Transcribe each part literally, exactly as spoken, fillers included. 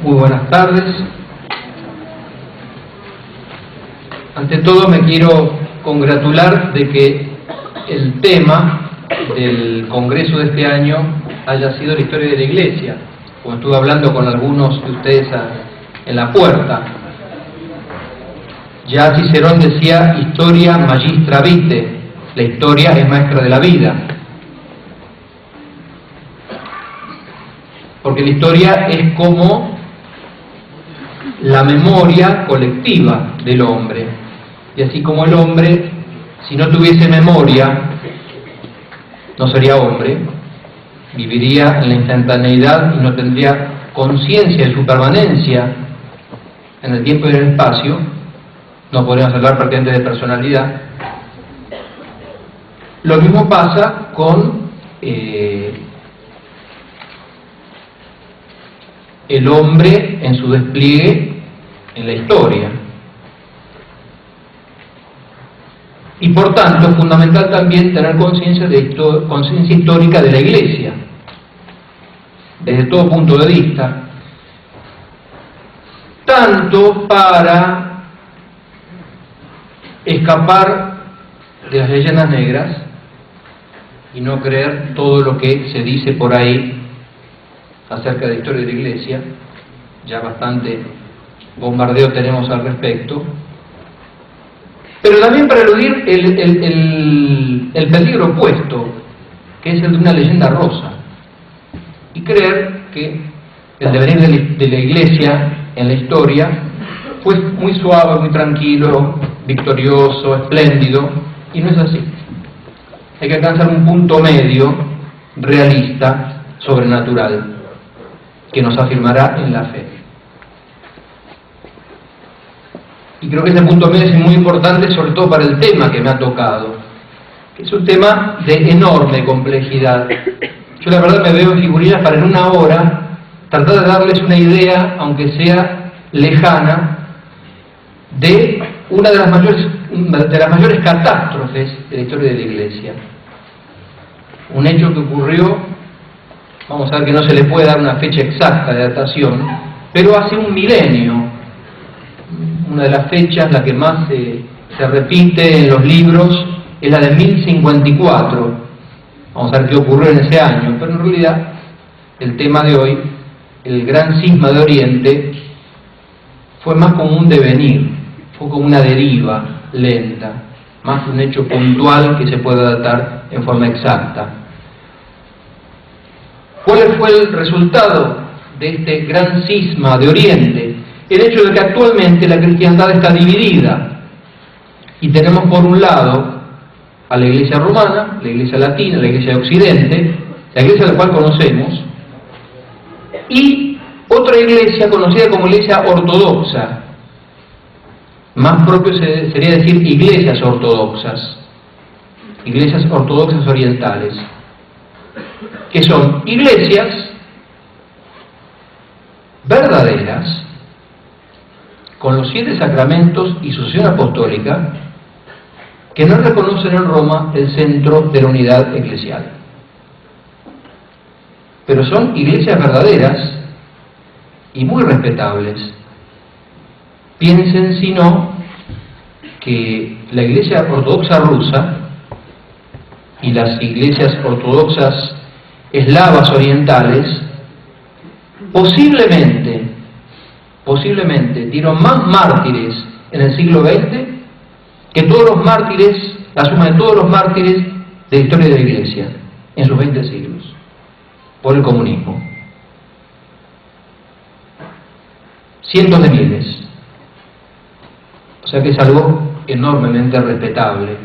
Muy buenas tardes. Ante todo me quiero congratular de que el tema del Congreso de este año haya sido la historia de la Iglesia, como estuve hablando con algunos de ustedes a, en la puerta. Ya Cicerón decía, historia magistra vitae, la historia es maestra de la vida. Porque la historia es como la memoria colectiva del hombre. Y así como el hombre, si no tuviese memoria, no sería hombre, viviría en la instantaneidad y no tendría conciencia de su permanencia en el tiempo y en el espacio, no podríamos hablar prácticamente de personalidad. Lo mismo pasa con eh, el hombre en su despliegue en la historia. Y por tanto es fundamental también tener conciencia de conciencia histórica de la Iglesia, desde todo punto de vista, tanto para escapar de las leyendas negras y no creer todo lo que se dice por ahí acerca de la historia de la Iglesia. Ya bastante bombardeo tenemos al respecto, pero también para eludir el, el, el, el peligro opuesto, que es el de una leyenda rosa, y creer que el devenir de la, de la Iglesia en la historia fue muy suave, muy tranquilo, victorioso, espléndido, y no es así. Hay que alcanzar un punto medio, realista, sobrenatural, que nos afirmará en la fe. Y creo que ese punto medio es muy importante, sobre todo para el tema que me ha tocado, que es un tema de enorme complejidad. Yo la verdad me veo en figuritas para en una hora tratar de darles una idea, aunque sea lejana, de una de las mayores, de las mayores catástrofes de la historia de la Iglesia. Un hecho que ocurrió, vamos a ver que no se le puede dar una fecha exacta de datación, pero hace un milenio. Una de las fechas, la que más se, se repite en los libros, es la de mil cincuenta y cuatro. Vamos a ver qué ocurrió en ese año, pero en realidad el tema de hoy, el gran cisma de Oriente, fue más como un devenir, fue como una deriva lenta, más que un hecho puntual que se pueda datar en forma exacta. ¿Cuál fue el resultado de este gran cisma de Oriente? El hecho de que actualmente la cristiandad está dividida y tenemos por un lado a la Iglesia romana, la Iglesia latina, la Iglesia de Occidente, la Iglesia de la cual conocemos, y otra Iglesia conocida como Iglesia ortodoxa. Más propio sería decir iglesias ortodoxas, iglesias ortodoxas orientales, que son iglesias verdaderas, con los siete sacramentos y sucesión apostólica, que no reconocen en Roma el centro de la unidad eclesial. Pero son iglesias verdaderas y muy respetables. Piensen, si no, que la Iglesia ortodoxa rusa y las iglesias ortodoxas eslavas orientales posiblemente posiblemente dieron más mártires en el siglo veinte que todos los mártires, la suma de todos los mártires de la historia de la Iglesia en sus veinte siglos, por el comunismo. Cientos de miles. O sea que es algo enormemente respetable.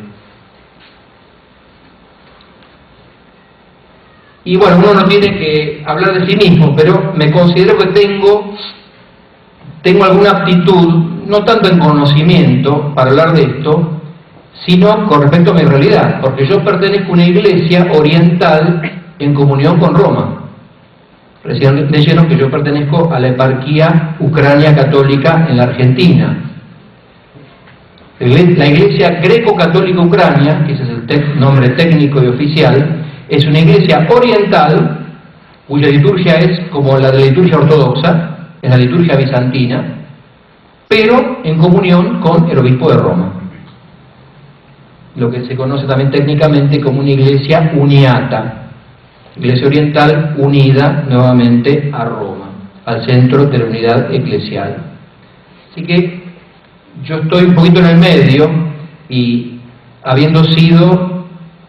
Y bueno, uno no tiene que hablar de sí mismo, pero me considero que tengo Tengo alguna aptitud, no tanto en conocimiento para hablar de esto, sino con respecto a mi realidad, porque yo pertenezco a una iglesia oriental en comunión con Roma. Recién leyeron que yo pertenezco a la eparquía Ucrania Católica en la Argentina. La iglesia greco-católica Ucrania, que ese es el te nombre técnico y oficial, es una iglesia oriental cuya liturgia es como la de la liturgia ortodoxa, es la liturgia bizantina, pero en comunión con el obispo de Roma, lo que se conoce también técnicamente como una iglesia uniata, iglesia oriental unida nuevamente a Roma, al centro de la unidad eclesial. Así que yo estoy un poquito en el medio, y habiendo sido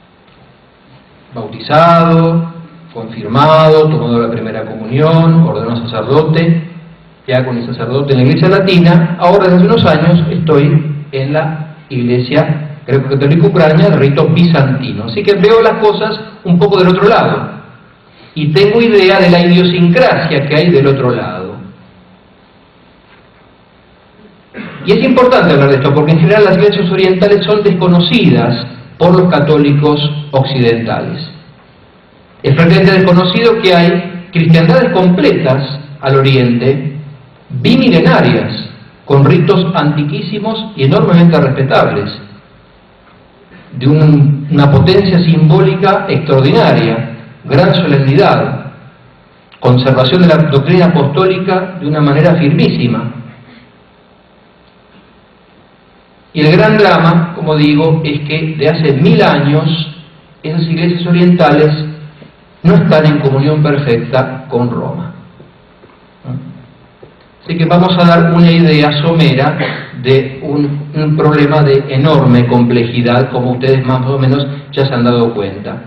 bautizado, confirmado, tomado la primera comunión, ordenado sacerdote, ya con el sacerdote en la iglesia latina, ahora desde unos años estoy en la iglesia greco-católica ucrania de rito bizantino. Así que veo las cosas un poco del otro lado, y tengo idea de la idiosincrasia que hay del otro lado. Y es importante hablar de esto, porque en general las iglesias orientales son desconocidas por los católicos occidentales. Es frecuentemente desconocido que hay cristiandades completas al oriente, bimilenarias, con ritos antiquísimos y enormemente respetables, de un, una potencia simbólica extraordinaria, gran solemnidad, conservación de la doctrina apostólica de una manera firmísima. Y el gran drama, como digo, es que de hace mil años esas iglesias orientales no están en comunión perfecta con Roma. Así que vamos a dar una idea somera de un, un problema de enorme complejidad, como ustedes más o menos ya se han dado cuenta.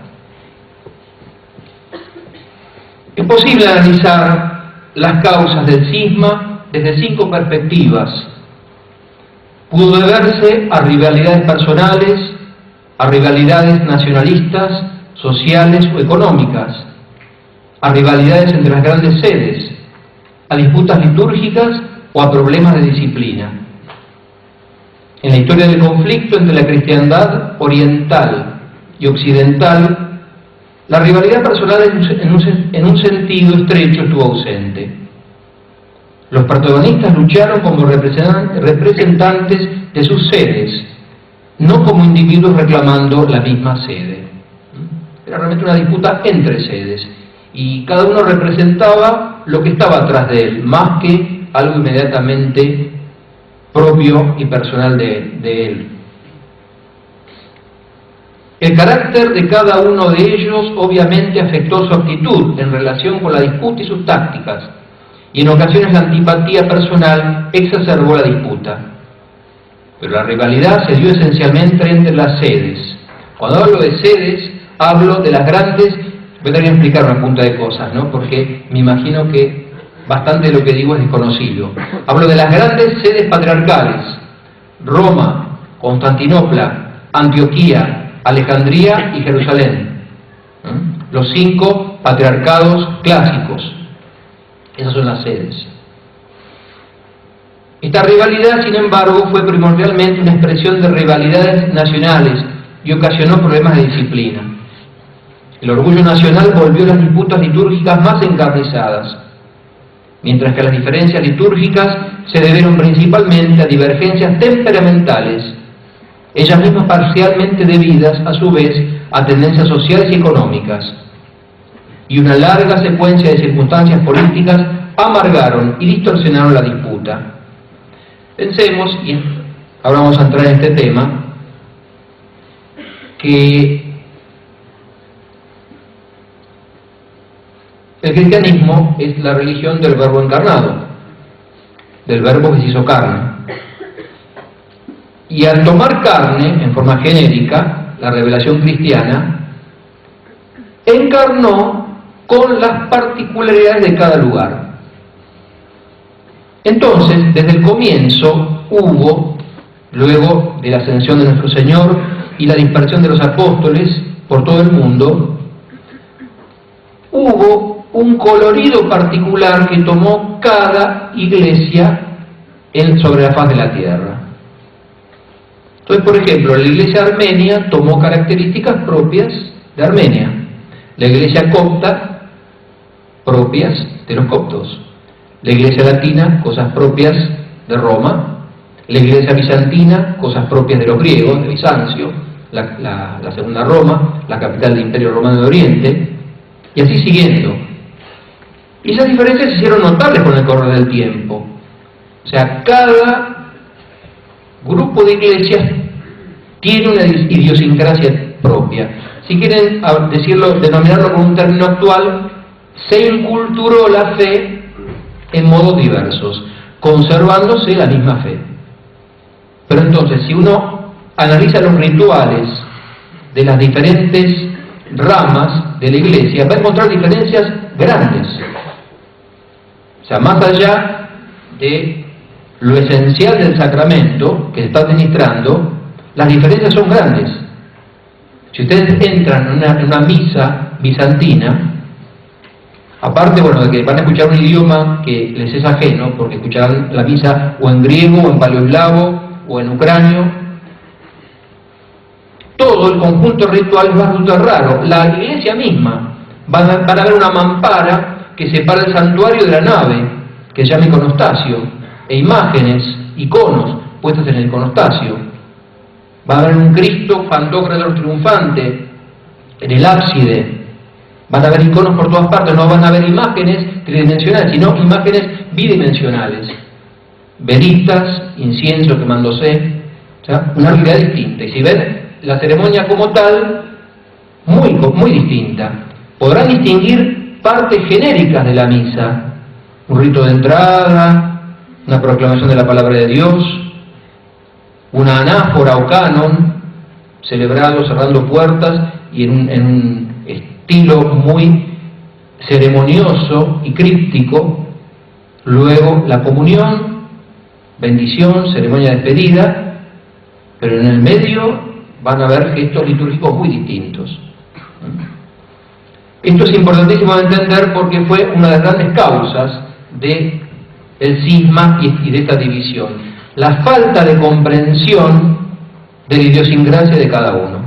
Es posible analizar las causas del cisma desde cinco perspectivas. Pudo deberse a rivalidades personales, a rivalidades nacionalistas, sociales o económicas, a rivalidades entre las grandes sedes, a disputas litúrgicas o a problemas de disciplina. En la historia del conflicto entre la cristiandad oriental y occidental, la rivalidad personal en un, en un sentido estrecho estuvo ausente. Los protagonistas lucharon como representantes de sus sedes, no como individuos reclamando la misma sede. Era realmente una disputa entre sedes, y cada uno representaba lo que estaba atrás de él, más que algo inmediatamente propio y personal de, de él. El carácter de cada uno de ellos obviamente afectó su actitud en relación con la disputa y sus tácticas, y en ocasiones la antipatía personal exacerbó la disputa. Pero la rivalidad se dio esencialmente entre las sedes. Cuando hablo de sedes, hablo de las grandes. Voy a tener que explicar una punta de cosas, ¿no? Porque me imagino que bastante de lo que digo es desconocido. Hablo de las grandes sedes patriarcales: Roma, Constantinopla, Antioquía, Alejandría y Jerusalén. ¿Mm? Los cinco patriarcados clásicos. Esas son las sedes. Esta rivalidad, sin embargo, fue primordialmente una expresión de rivalidades nacionales y ocasionó problemas de disciplina. El orgullo nacional volvió las disputas litúrgicas más encarnizadas, mientras que las diferencias litúrgicas se debieron principalmente a divergencias temperamentales, ellas mismas parcialmente debidas, a su vez, a tendencias sociales y económicas. Y una larga secuencia de circunstancias políticas amargaron y distorsionaron la disputa. Pensemos, y ahora vamos a entrar en este tema, que el cristianismo es la religión del Verbo encarnado, del Verbo que se hizo carne. Y al tomar carne, en forma genérica, la revelación cristiana encarnó con las particularidades de cada lugar. Entonces, desde el comienzo hubo, luego de la ascensión de nuestro Señor y la dispersión de los apóstoles por todo el mundo, hubo un colorido particular que tomó cada iglesia en, sobre la faz de la tierra. Entonces, por ejemplo, la iglesia armenia tomó características propias de Armenia, la iglesia copta propias de los coptos, la iglesia latina cosas propias de Roma, la iglesia bizantina cosas propias de los griegos, de Bizancio, la, la, la segunda Roma, la capital del Imperio Romano de Oriente, y así siguiendo. Y esas diferencias se hicieron notables con el correr del tiempo. O sea, cada grupo de iglesias tiene una idiosincrasia propia. Si quieren decirlo, denominarlo con un término actual, se inculturó la fe en modos diversos, conservándose la misma fe. Pero entonces, si uno analiza los rituales de las diferentes ramas de la iglesia, va a encontrar diferencias grandes. O sea, más allá de lo esencial del sacramento que se está administrando, las diferencias son grandes. Si ustedes entran en una, en una misa bizantina, aparte, bueno, de que van a escuchar un idioma que les es ajeno, porque escucharán la misa o en griego, o en paleoeslavo, o en ucranio, todo el conjunto ritual va a resultar raro. La iglesia misma, van a, van a ver una mampara que separa el santuario de la nave, que se llama iconostasio, e imágenes, iconos, puestos en el iconostasio. Va a haber un Cristo Pantocrátor triunfante en el ábside. Van a haber iconos por todas partes, no van a haber imágenes tridimensionales, sino imágenes bidimensionales. Velitas, incienso quemándose, o sea, una realidad distinta. Y si ven la ceremonia como tal, muy, muy distinta. Podrán distinguir partes genéricas de la misa, un rito de entrada, una proclamación de la palabra de Dios, una anáfora o canon, celebrado cerrando puertas y en un, en un estilo muy ceremonioso y críptico. Luego la comunión, bendición, ceremonia de despedida, pero en el medio van a haber gestos litúrgicos muy distintos. Esto es importantísimo de entender porque fue una de las grandes causas de el cisma y de esta división. La falta de comprensión de la idiosincrasia de cada uno.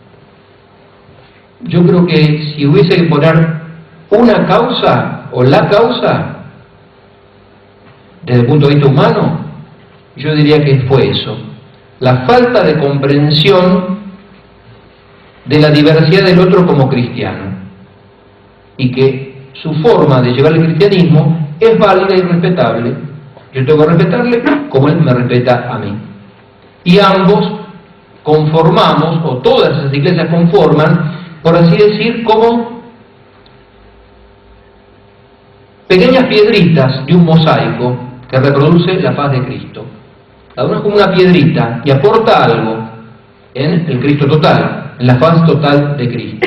Yo creo que si hubiese que poner una causa o la causa desde el punto de vista humano, yo diría que fue eso, la falta de comprensión de la diversidad del otro como cristiano, y que su forma de llevar el cristianismo es válida y respetable. Yo tengo que respetarle como él me respeta a mí. Y ambos conformamos, o todas esas iglesias conforman, por así decir, como pequeñas piedritas de un mosaico que reproduce la faz de Cristo. Cada una es como una piedrita y aporta algo en el Cristo total, en la faz total de Cristo.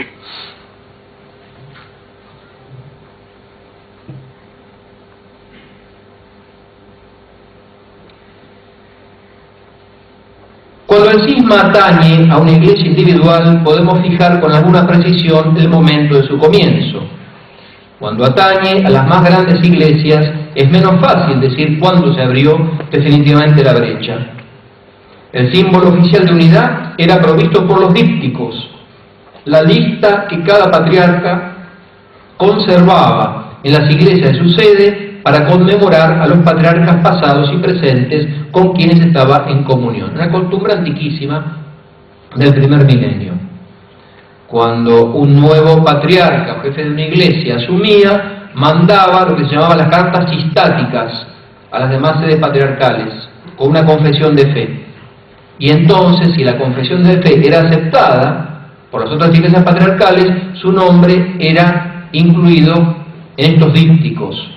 Cuando el cisma atañe a una iglesia individual, podemos fijar con alguna precisión el momento de su comienzo. Cuando atañe a las más grandes iglesias, es menos fácil decir cuándo se abrió definitivamente la brecha. El símbolo oficial de unidad era provisto por los dípticos, la lista que cada patriarca conservaba en las iglesias de su sede para conmemorar a los patriarcas pasados y presentes con quienes estaba en comunión. Una costumbre antiquísima del primer milenio. Cuando un nuevo patriarca o jefe de una iglesia asumía, mandaba lo que se llamaba las cartas sistáticas a las demás sedes patriarcales, con una confesión de fe. Y entonces, si la confesión de fe era aceptada por las otras iglesias patriarcales, su nombre era incluido en estos dípticos.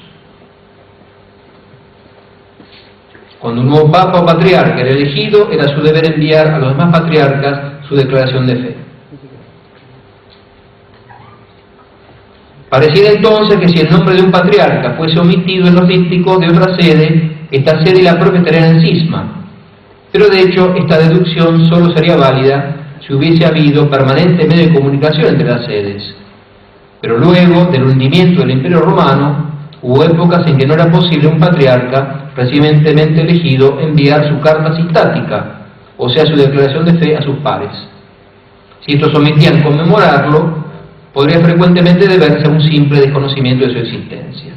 Cuando un nuevo papa o patriarca era elegido, era su deber enviar a los demás patriarcas su declaración de fe. Pareciera entonces que si el nombre de un patriarca fuese omitido en los dípticos de otra sede, esta sede y la propia estarían en cisma. Pero de hecho, esta deducción solo sería válida si hubiese habido permanente medio de comunicación entre las sedes. Pero luego del hundimiento del Imperio Romano, hubo épocas en que no era posible un patriarca recientemente elegido enviar su carta sistática, o sea, su declaración de fe a sus pares. Si estos omitían conmemorarlo, podría frecuentemente deberse a un simple desconocimiento de su existencia.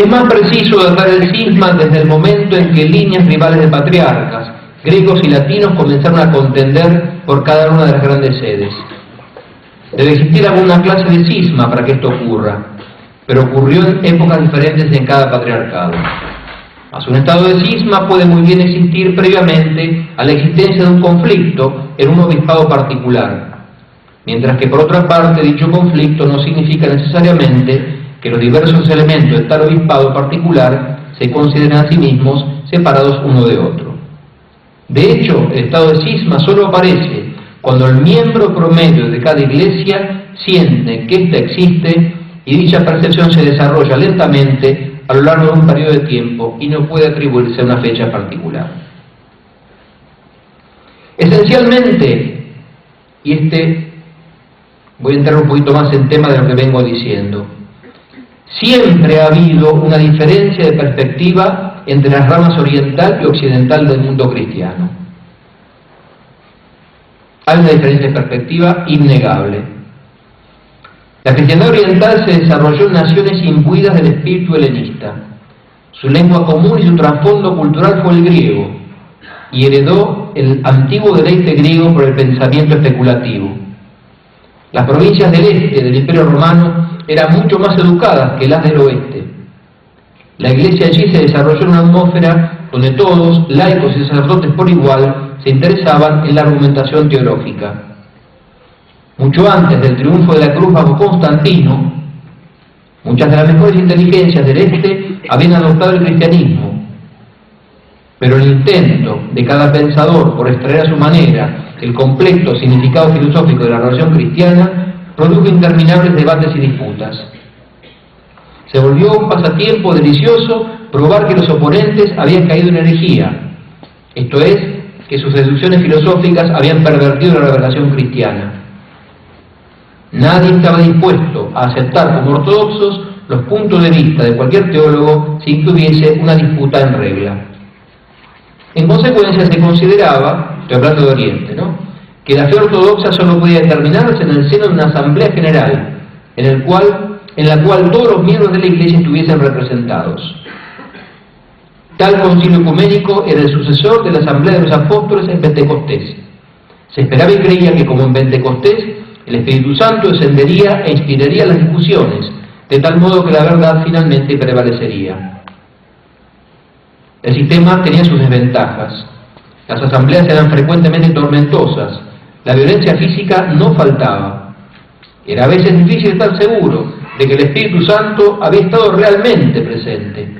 Es más preciso datar el cisma desde el momento en que líneas rivales de patriarcas, griegos y latinos, comenzaron a contender por cada una de las grandes sedes. Debe existir alguna clase de cisma para que esto ocurra, pero ocurrió en épocas diferentes en cada patriarcado. Mas un estado de cisma puede muy bien existir previamente a la existencia de un conflicto en un obispado particular, mientras que por otra parte dicho conflicto no significa necesariamente que los diversos elementos de tal obispado particular se consideren a sí mismos separados uno de otro. De hecho, el estado de cisma solo aparece cuando el miembro promedio de cada iglesia siente que ésta existe y dicha percepción se desarrolla lentamente a lo largo de un periodo de tiempo y no puede atribuirse a una fecha particular. Esencialmente, y este voy a entrar un poquito más en tema de lo que vengo diciendo, siempre ha habido una diferencia de perspectiva entre las ramas oriental y occidental del mundo cristiano. Hay una diferencia de perspectiva innegable. La cristiandad oriental se desarrolló en naciones imbuidas del espíritu helenista. Su lengua común y su trasfondo cultural fue el griego, y heredó el antiguo deleite griego por el pensamiento especulativo. Las provincias del este del Imperio Romano eran mucho más educadas que las del oeste. La iglesia allí se desarrolló en una atmósfera donde todos, laicos y sacerdotes por igual, se interesaban en la argumentación teológica. Mucho antes del triunfo de la cruz bajo Constantino, muchas de las mejores inteligencias del este habían adoptado el cristianismo, pero el intento de cada pensador por extraer a su manera el completo significado filosófico de la religión cristiana produjo interminables debates y disputas. Se volvió un pasatiempo delicioso probar que los oponentes habían caído en herejía, esto es, que sus deducciones filosóficas habían pervertido la revelación cristiana. Nadie estaba dispuesto a aceptar como ortodoxos los puntos de vista de cualquier teólogo sin que hubiese una disputa en regla. En consecuencia se consideraba, estoy hablando de Oriente, ¿no?, que la fe ortodoxa solo podía determinarse en el seno de una asamblea general, en, el cual, en la cual todos los miembros de la Iglesia estuviesen representados. Tal concilio ecuménico era el sucesor de la asamblea de los apóstoles en Pentecostés. Se esperaba y creía que, como en Pentecostés, el Espíritu Santo descendería e inspiraría las discusiones, de tal modo que la verdad finalmente prevalecería. El sistema tenía sus desventajas. Las asambleas eran frecuentemente tormentosas, la violencia física no faltaba. Era a veces difícil estar seguro de que el Espíritu Santo había estado realmente presente.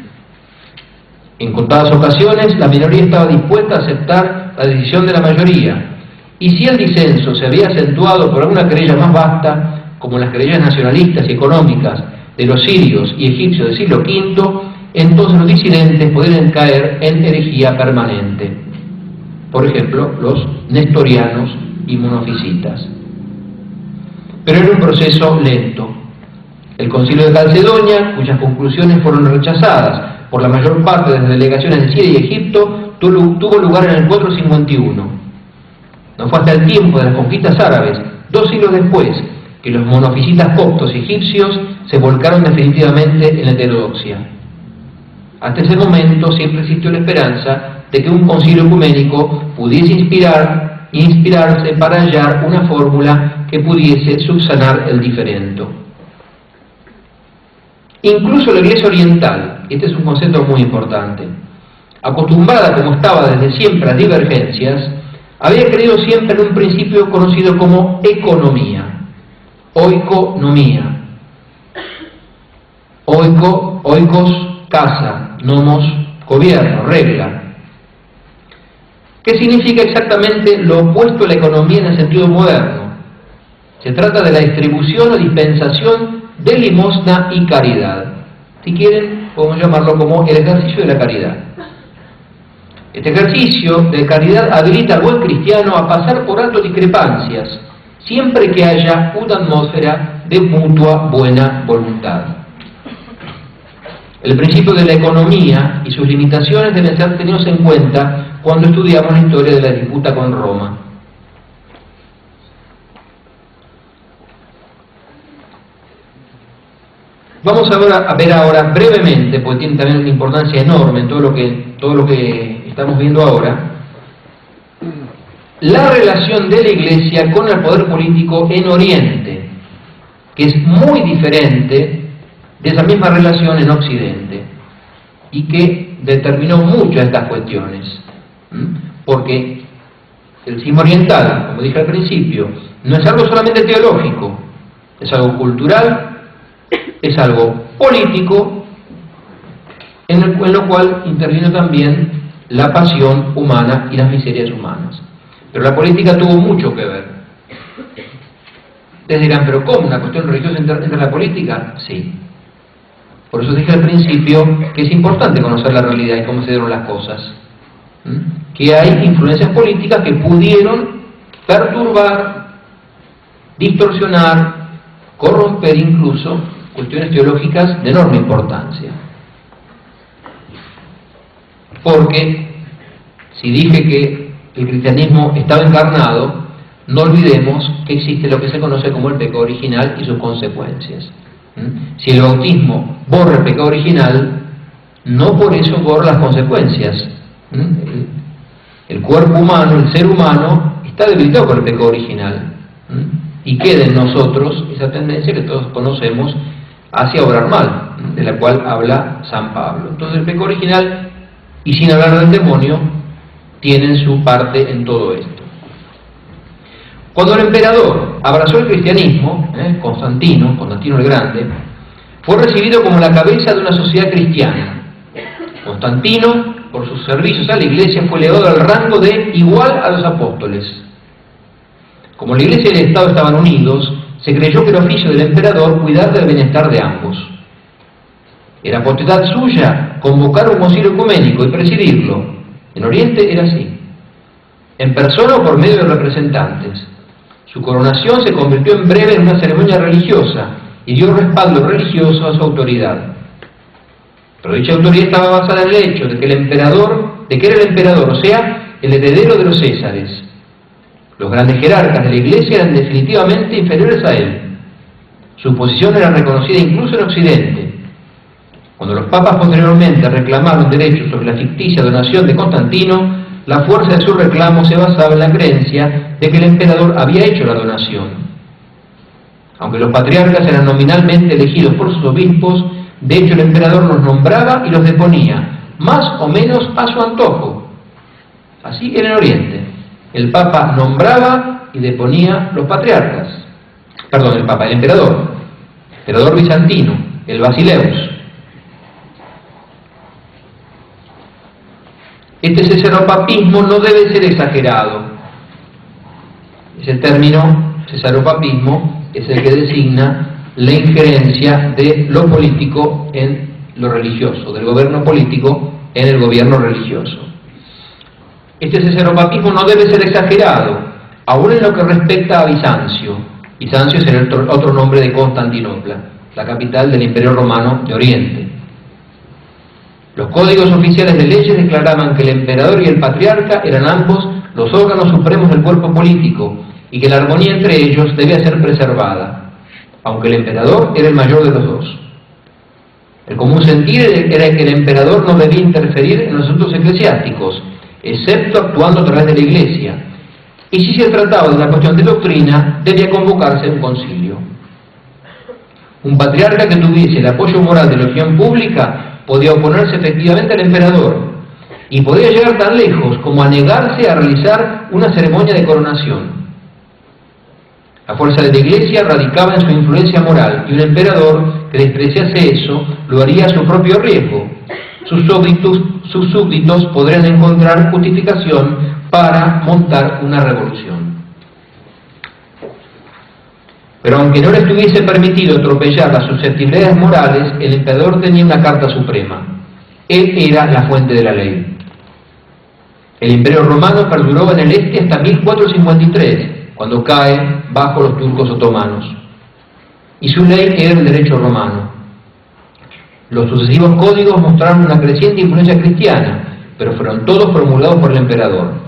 En contadas ocasiones, la minoría estaba dispuesta a aceptar la decisión de la mayoría, y si el disenso se había acentuado por alguna querella más vasta, como las querellas nacionalistas y económicas de los sirios y egipcios del siglo quinto, entonces los disidentes podrían caer en herejía permanente. Por ejemplo, los nestorianos y monofisitas. Pero era un proceso lento. El Concilio de Calcedonia, cuyas conclusiones fueron rechazadas por la mayor parte de las delegaciones de Siria y Egipto, tuvo lugar en el cuatrocientos cincuenta y uno. No fue hasta el tiempo de las conquistas árabes, dos siglos después, que los monofisitas coptos y egipcios se volcaron definitivamente en la heterodoxia. Hasta ese momento siempre existió la esperanza de que un concilio ecuménico pudiese inspirar e inspirarse para hallar una fórmula que pudiese subsanar el diferendo. Incluso la Iglesia oriental, este es un concepto muy importante, acostumbrada como estaba desde siempre a divergencias, había creído siempre en un principio conocido como economía, oikonomía. Oiko, oikos, casa, nomos, gobierno, regla. ¿Qué significa exactamente lo opuesto a la economía en el sentido moderno? Se trata de la distribución o dispensación de limosna y caridad. Si quieren, podemos llamarlo como el ejercicio de la caridad. Este ejercicio de caridad habilita al buen cristiano a pasar por alto discrepancias, siempre que haya una atmósfera de mutua buena voluntad. El principio de la economía y sus limitaciones deben ser tenidos en cuenta cuando estudiamos la historia de la disputa con Roma. Vamos ahora a ver ahora brevemente, porque tiene también una importancia enorme en todo lo que, todo lo que estamos viendo ahora, la relación de la Iglesia con el poder político en Oriente, que es muy diferente de esa misma relación en Occidente, y que determinó muchas de estas cuestiones, porque el cisma oriental, como dije al principio, no es algo solamente teológico, es algo cultural, es algo político, en, el, en lo cual intervino también la pasión humana y las miserias humanas. Pero la política tuvo mucho que ver. Ustedes dirán, ¿pero cómo? ¿Una cuestión religiosa entra en la política? Sí. Por eso dije al principio que es importante conocer la realidad y cómo se dieron las cosas. ¿Mm? Que hay influencias políticas que pudieron perturbar, distorsionar, corromper incluso cuestiones teológicas de enorme importancia. Porque si dije que el cristianismo estaba encarnado, no olvidemos que existe lo que se conoce como el pecado original y sus consecuencias. ¿Mm? Si el bautismo borra el pecado original, no por eso borra las consecuencias. ¿Mm? El, el cuerpo humano, el ser humano, está debilitado por el pecado original. ¿Mm? Y queda en nosotros esa tendencia que todos conocemos hacia obrar mal, ¿Mm? de la cual habla San Pablo. Entonces el pecado original, y sin hablar del demonio, tienen su parte en todo esto. Cuando el emperador abrazó el cristianismo, ¿eh? Constantino, Constantino el Grande, fue recibido como la cabeza de una sociedad cristiana. Constantino, por sus servicios a la Iglesia, fue elevado al rango de igual a los apóstoles. Como la Iglesia y el Estado estaban unidos, se creyó que el oficio del emperador cuidar del bienestar de ambos. Era potestad suya convocar un concilio ecuménico y presidirlo. En Oriente era así, en persona o por medio de representantes. Su coronación se convirtió en breve en una ceremonia religiosa y dio respaldo religioso a su autoridad. Pero dicha autoridad estaba basada en el hecho de que el emperador, de que era el emperador, o sea, el heredero de los Césares. Los grandes jerarcas de la Iglesia eran definitivamente inferiores a él. Su posición era reconocida incluso en Occidente. Cuando los papas posteriormente reclamaron derechos sobre la ficticia donación de Constantino, la fuerza de su reclamo se basaba en la creencia de que el emperador había hecho la donación. Aunque los patriarcas eran nominalmente elegidos por sus obispos, de hecho el emperador los nombraba y los deponía, más o menos a su antojo. Así era en Oriente. El Papa nombraba y deponía los patriarcas. Perdón, el Papa, el emperador. Emperador bizantino, el Basileus. Este cesaropapismo no debe ser exagerado. Ese término, cesaropapismo, es el que designa la injerencia de lo político en lo religioso, del gobierno político en el gobierno religioso. Este cesaropapismo no debe ser exagerado, aún en lo que respecta a Bizancio. Bizancio es el otro, otro nombre de Constantinopla, la capital del Imperio Romano de Oriente. Los códigos oficiales de leyes declaraban que el emperador y el patriarca eran ambos los órganos supremos del cuerpo político y que la armonía entre ellos debía ser preservada, aunque el emperador era el mayor de los dos. El común sentir era que el emperador no debía interferir en los asuntos eclesiásticos, excepto actuando a través de la Iglesia, y si se trataba de una cuestión de doctrina, debía convocarse un concilio. Un patriarca que tuviese el apoyo moral de la opinión pública podía oponerse efectivamente al emperador, y podía llegar tan lejos como a negarse a realizar una ceremonia de coronación. La fuerza de la Iglesia radicaba en su influencia moral, y un emperador que despreciase eso lo haría a su propio riesgo. Sus súbditos, sus súbditos podrían encontrar justificación para montar una revolución. Pero aunque no le estuviese permitido atropellar las susceptibilidades morales, el emperador tenía una carta suprema. Él era la fuente de la ley. El Imperio Romano perduró en el este hasta mil cuatrocientos cincuenta y tres, cuando cae bajo los turcos otomanos. Y su ley era el derecho romano. Los sucesivos códigos mostraron una creciente influencia cristiana, pero fueron todos promulgados por el emperador.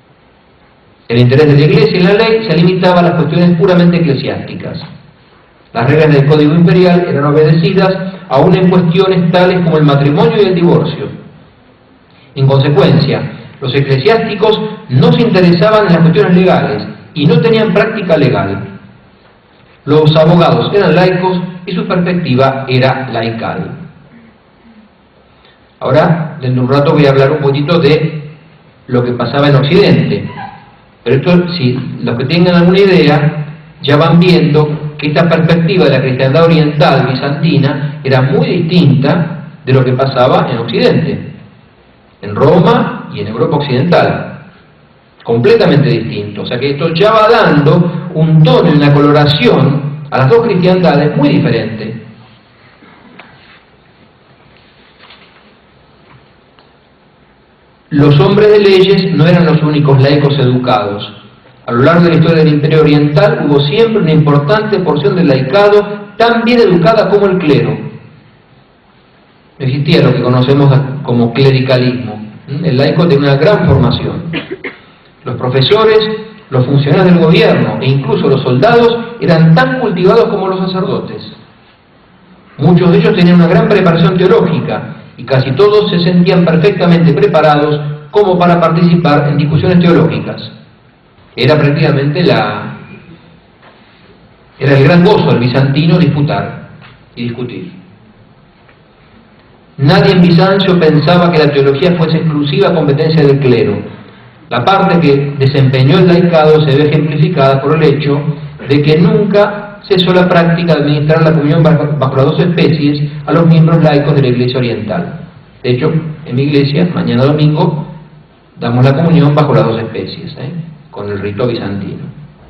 El interés de la Iglesia y la ley se limitaba a las cuestiones puramente eclesiásticas. Las reglas del Código Imperial eran obedecidas aún en cuestiones tales como el matrimonio y el divorcio. En consecuencia, los eclesiásticos no se interesaban en las cuestiones legales y no tenían práctica legal. Los abogados eran laicos y su perspectiva era laical. Ahora, dentro de un rato voy a hablar un poquito de lo que pasaba en Occidente. Pero esto, si los que tengan alguna idea, ya van viendo que esta perspectiva de la cristiandad oriental bizantina era muy distinta de lo que pasaba en Occidente, en Roma y en Europa occidental. Completamente distinto. O sea que esto ya va dando un tono y una coloración a las dos cristiandades muy diferentes. Los hombres de leyes no eran los únicos laicos educados. A lo largo de la historia del Imperio Oriental hubo siempre una importante porción del laicado tan bien educada como el clero. No existía lo que conocemos como clericalismo. El laico tenía una gran formación. Los profesores, los funcionarios del gobierno e incluso los soldados eran tan cultivados como los sacerdotes. Muchos de ellos tenían una gran preparación teológica y casi todos se sentían perfectamente preparados como para participar en discusiones teológicas. Era prácticamente la... era el gran gozo del bizantino disputar y discutir. Nadie en Bizancio pensaba que la teología fuese exclusiva competencia del clero. La parte que desempeñó el laicado se ve ejemplificada por el hecho de que nunca cesó la práctica de administrar la comunión bajo, bajo las dos especies a los miembros laicos de la Iglesia Oriental. De hecho, en mi iglesia, mañana domingo, damos la comunión bajo las dos especies, ¿eh? con el rito bizantino.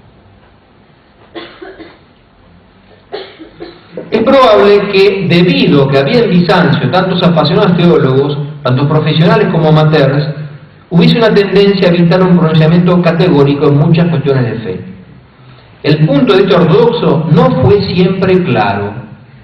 Es probable que, debido a que había en Bizancio tantos apasionados teólogos, tanto profesionales como amateurs, hubiese una tendencia a evitar un pronunciamiento categórico en muchas cuestiones de fe. El punto de vista ortodoxo no fue siempre claro.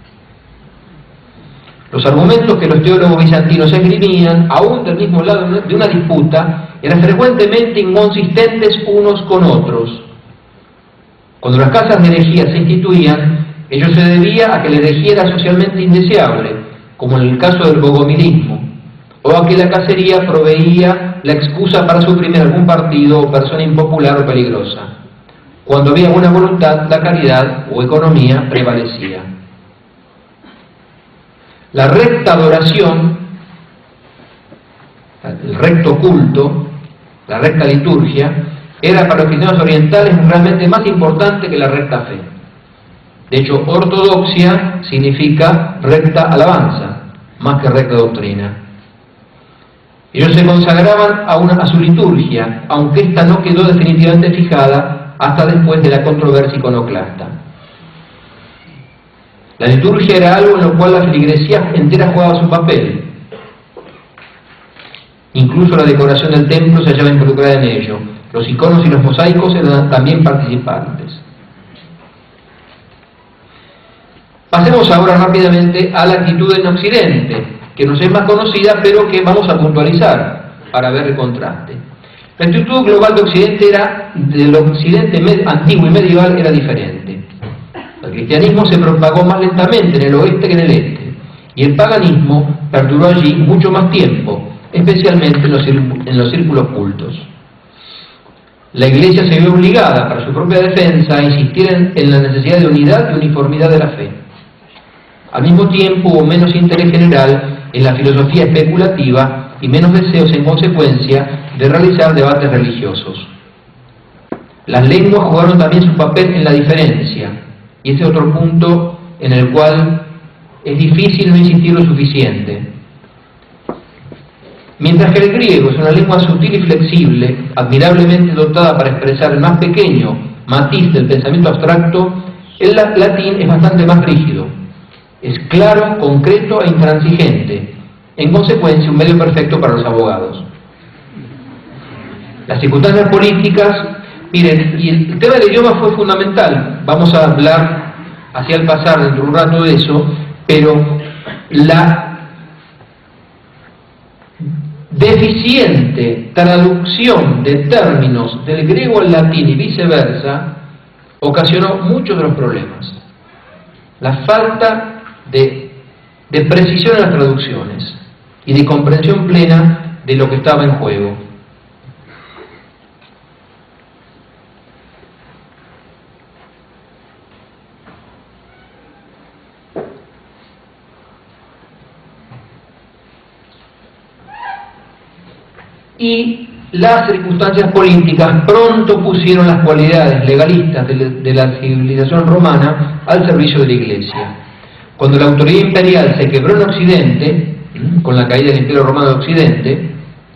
Los argumentos que los teólogos bizantinos esgrimían, aún del mismo lado de una disputa, eran frecuentemente inconsistentes unos con otros. Cuando las casas de herejía se instituían, ello se debía a que la herejía era socialmente indeseable, como en el caso del bogomilismo, o a que la cacería proveía la excusa para suprimir algún partido o persona impopular o peligrosa. Cuando había buena voluntad, la caridad o economía prevalecía. La recta adoración, el recto culto, la recta liturgia, era para los cristianos orientales realmente más importante que la recta fe. De hecho, ortodoxia significa recta alabanza, más que recta doctrina. Ellos se consagraban a, una, a su liturgia, aunque ésta no quedó definitivamente fijada hasta después de la controversia iconoclasta. La liturgia era algo en lo cual la feligresía entera jugaba su papel. Incluso la decoración del templo se hallaba involucrada en ello. Los iconos y los mosaicos eran también participantes. Pasemos ahora rápidamente a la actitud en Occidente, que nos es más conocida, pero que vamos a puntualizar para ver el contraste. La actitud global de Occidente era, del Occidente antiguo y medieval, era diferente. El cristianismo se propagó más lentamente en el oeste que en el este, y el paganismo perduró allí mucho más tiempo, especialmente en los, en los círculos cultos. La Iglesia se vio obligada, para su propia defensa, a insistir en, en la necesidad de unidad y uniformidad de la fe. Al mismo tiempo hubo menos interés general en la filosofía especulativa y menos deseos, en consecuencia, de realizar debates religiosos. Las lenguas jugaron también su papel en la diferencia, y este es otro punto en el cual es difícil no insistir lo suficiente. Mientras que el griego es una lengua sutil y flexible, admirablemente dotada para expresar el más pequeño matiz del pensamiento abstracto, el latín es bastante más rígido. Es claro, concreto e intransigente, en consecuencia un medio perfecto para los abogados. Las circunstancias políticas, miren, y el tema del idioma fue fundamental, vamos a hablar hacia el pasar dentro de un rato de eso, pero la deficiente traducción de términos del griego al latín y viceversa ocasionó muchos de los problemas. la falta de, de precisión en las traducciones y de comprensión plena de lo que estaba en juego. Y las circunstancias políticas pronto pusieron las cualidades legalistas de, de la civilización romana al servicio de la Iglesia. Cuando la autoridad imperial se quebró en Occidente, con la caída del Imperio Romano de Occidente,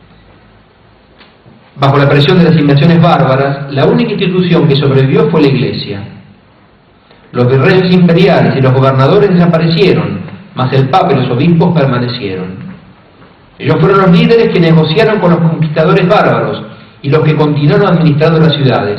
bajo la presión de las invasiones bárbaras, la única institución que sobrevivió fue la Iglesia. Los virreyes imperiales y los gobernadores desaparecieron, mas el Papa y los obispos permanecieron. Ellos fueron los líderes que negociaron con los conquistadores bárbaros y los que continuaron administrando las ciudades.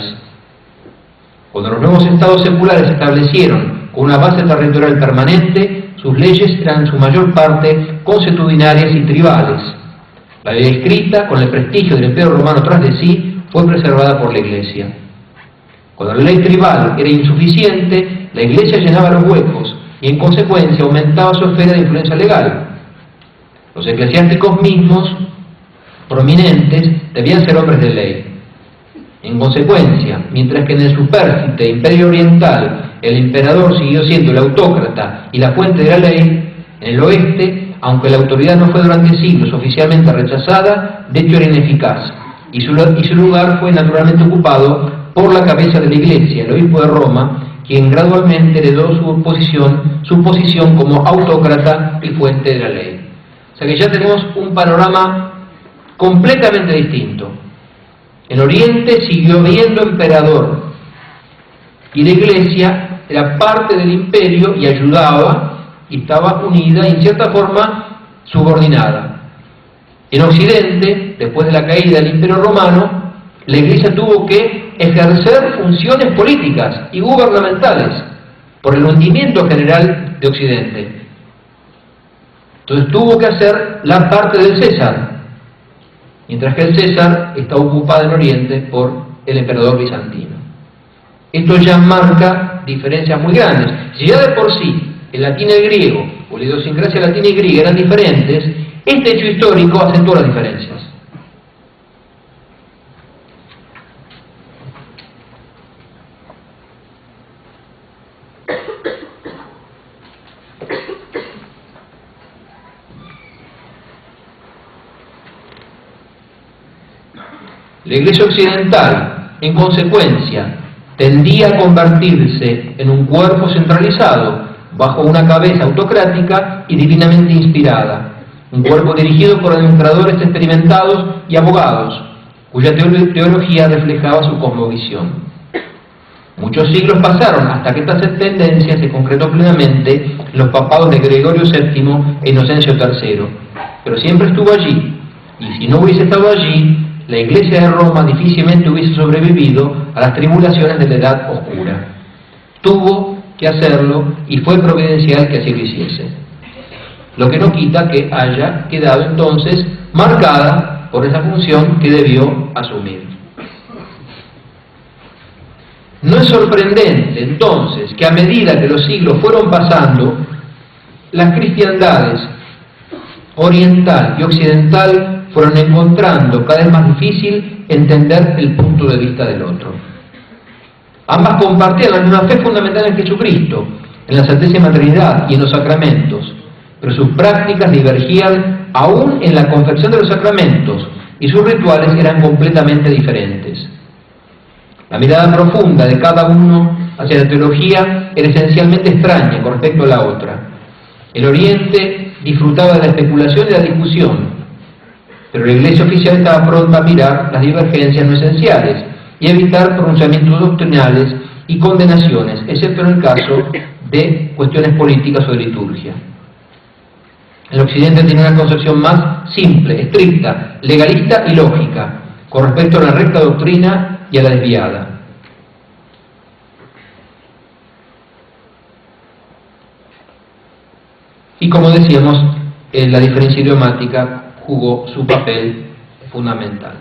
Cuando los nuevos estados seculares se establecieron con una base territorial permanente, sus leyes eran en su mayor parte consuetudinarias y tribales. La ley escrita, con el prestigio del Imperio Romano tras de sí, fue preservada por la Iglesia. Cuando la ley tribal era insuficiente, la Iglesia llenaba los huecos y en consecuencia aumentaba su esfera de influencia legal. Los eclesiásticos mismos, prominentes, debían ser hombres de ley. En consecuencia, mientras que en el supérstite Imperio Oriental el emperador siguió siendo el autócrata y la fuente de la ley, en el oeste, aunque la autoridad no fue durante siglos oficialmente rechazada, de hecho era ineficaz, y su, y su lugar fue naturalmente ocupado por la cabeza de la Iglesia, el obispo de Roma, quien gradualmente heredó su posición, su posición como autócrata y fuente de la ley. O sea que ya tenemos un panorama completamente distinto. En Oriente siguió habiendo emperador y la Iglesia era parte del imperio y ayudaba y estaba unida y en cierta forma subordinada. En Occidente, después de la caída del Imperio Romano, la Iglesia tuvo que ejercer funciones políticas y gubernamentales por el hundimiento general de Occidente. Entonces tuvo que hacer la parte del César, mientras que el César está ocupado en Oriente por el emperador bizantino. Esto ya marca diferencias muy grandes. Si ya de por sí el latín y el griego, o la idiosincrasia latina y griega eran diferentes, este hecho histórico acentúa las diferencias. La Iglesia occidental, en consecuencia, tendía a convertirse en un cuerpo centralizado, bajo una cabeza autocrática y divinamente inspirada, un cuerpo dirigido por administradores experimentados y abogados, cuya teología reflejaba su cosmovisión. Muchos siglos pasaron hasta que esta tendencia se concretó plenamente en los papados de Gregorio séptimo e Inocencio tercero, pero siempre estuvo allí, y si no hubiese estado allí, la Iglesia de Roma difícilmente hubiese sobrevivido a las tribulaciones de la Edad Oscura. Tuvo que hacerlo y fue providencial que así lo hiciese. Lo que no quita que haya quedado entonces marcada por esa función que debió asumir. No es sorprendente entonces que a medida que los siglos fueron pasando, las cristiandades oriental y occidental fueron encontrando cada vez más difícil entender el punto de vista del otro. Ambas compartían la misma fe fundamental en Jesucristo, en la Santísima Trinidad y en los sacramentos, pero sus prácticas divergían aún en la confección de los sacramentos y sus rituales eran completamente diferentes. La mirada profunda de cada uno hacia la teología era esencialmente extraña con respecto a la otra. El Oriente disfrutaba de la especulación y la discusión, pero la Iglesia oficial estaba pronta a mirar las divergencias no esenciales y evitar pronunciamientos doctrinales y condenaciones, excepto en el caso de cuestiones políticas o de liturgia. El Occidente tiene una concepción más simple, estricta, legalista y lógica, con respecto a la recta doctrina y a la desviada. Y como decíamos, eh, la diferencia idiomática jugó su papel fundamental.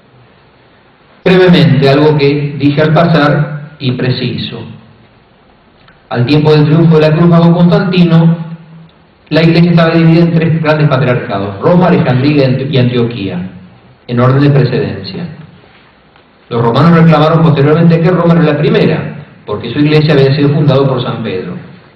Brevemente, algo que dije al pasar y preciso. al tiempo del triunfo de la cruz bajo Constantino, la Iglesia estaba dividida en tres grandes patriarcados: Roma, Alejandría y Antioquía, en orden de precedencia. Los romanos reclamaron posteriormente que Roma era la primera, porque su iglesia había sido fundada por San Pedro.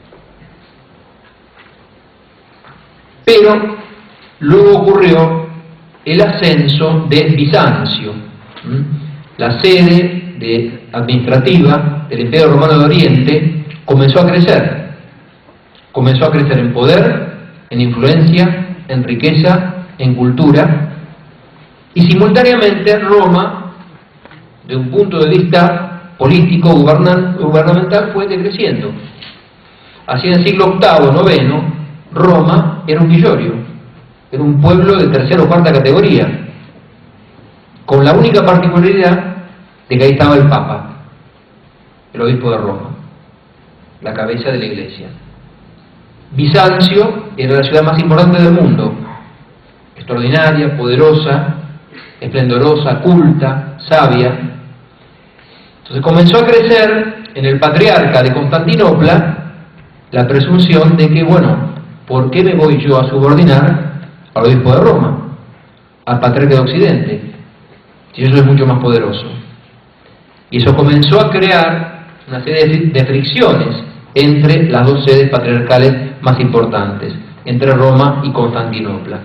Pero luego ocurrió el ascenso de Bizancio, la sede de, administrativa del Imperio Romano de Oriente, comenzó a crecer. Comenzó a crecer en poder, en influencia, en riqueza, en cultura, y simultáneamente Roma, de un punto de vista político, gubernamental, fue decreciendo. Así en el siglo octavo, noveno, Roma era un villorio, era un pueblo de tercera o cuarta categoría, con la única particularidad de que ahí estaba el Papa, el obispo de Roma, la cabeza de la iglesia. Bizancio era la ciudad más importante del mundo, extraordinaria, poderosa, esplendorosa, culta, sabia. Entonces comenzó a crecer en el patriarca de Constantinopla la presunción de que, bueno, ¿por qué me voy yo a subordinar al obispo de Roma, al patriarca de Occidente, si yo soy mucho más poderoso? Y eso comenzó a crear una serie de fricciones entre las dos sedes patriarcales más importantes, entre Roma y Constantinopla.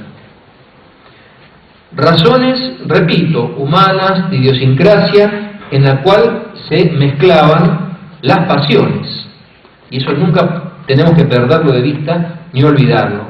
Razones, repito, humanas, de idiosincrasia, en la cual se mezclaban las pasiones. Y eso nunca tenemos que perderlo de vista ni olvidarlo.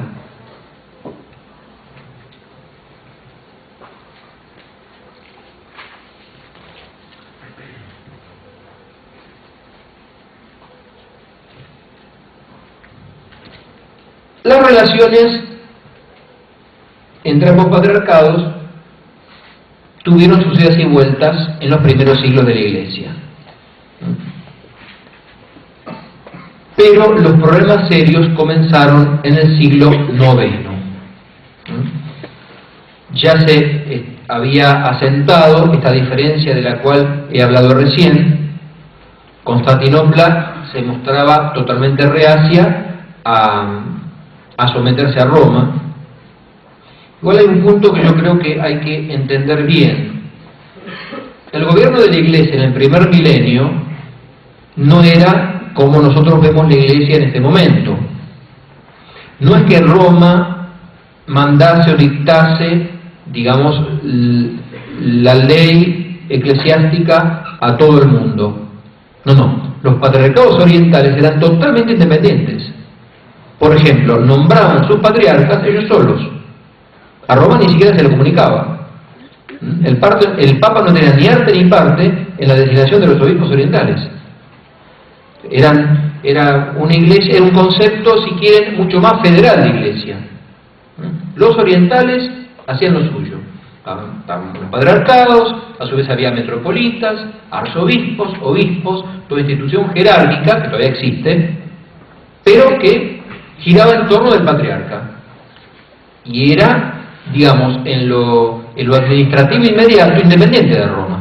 Las relaciones entre ambos patriarcados tuvieron sus idas y vueltas en los primeros siglos de la Iglesia. Pero los problemas serios comenzaron en el siglo noveno. Ya se eh, había asentado esta diferencia de la cual he hablado recién. Constantinopla se mostraba totalmente reacia a, a someterse a Roma. Igual hay un punto que yo creo que hay que entender bien. El gobierno de la Iglesia en el primer milenio no era como nosotros vemos la Iglesia en este momento. No es que Roma mandase o dictase, digamos, la ley eclesiástica a todo el mundo. No, no. Los patriarcados orientales eran totalmente independientes. Por ejemplo, nombraban sus patriarcas ellos solos. A Roma ni siquiera se le comunicaba. El, parte, el Papa no tenía ni arte ni parte en la designación de los obispos orientales. Eran, era una iglesia, era un concepto, si quieren, mucho más federal de iglesia. Los orientales hacían lo suyo. Estaban los patriarcados, a su vez había metropolitas, arzobispos, obispos, toda institución jerárquica, que todavía existe, pero que giraba en torno del patriarca. Y era, digamos, en lo, en lo administrativo inmediato, independiente de Roma.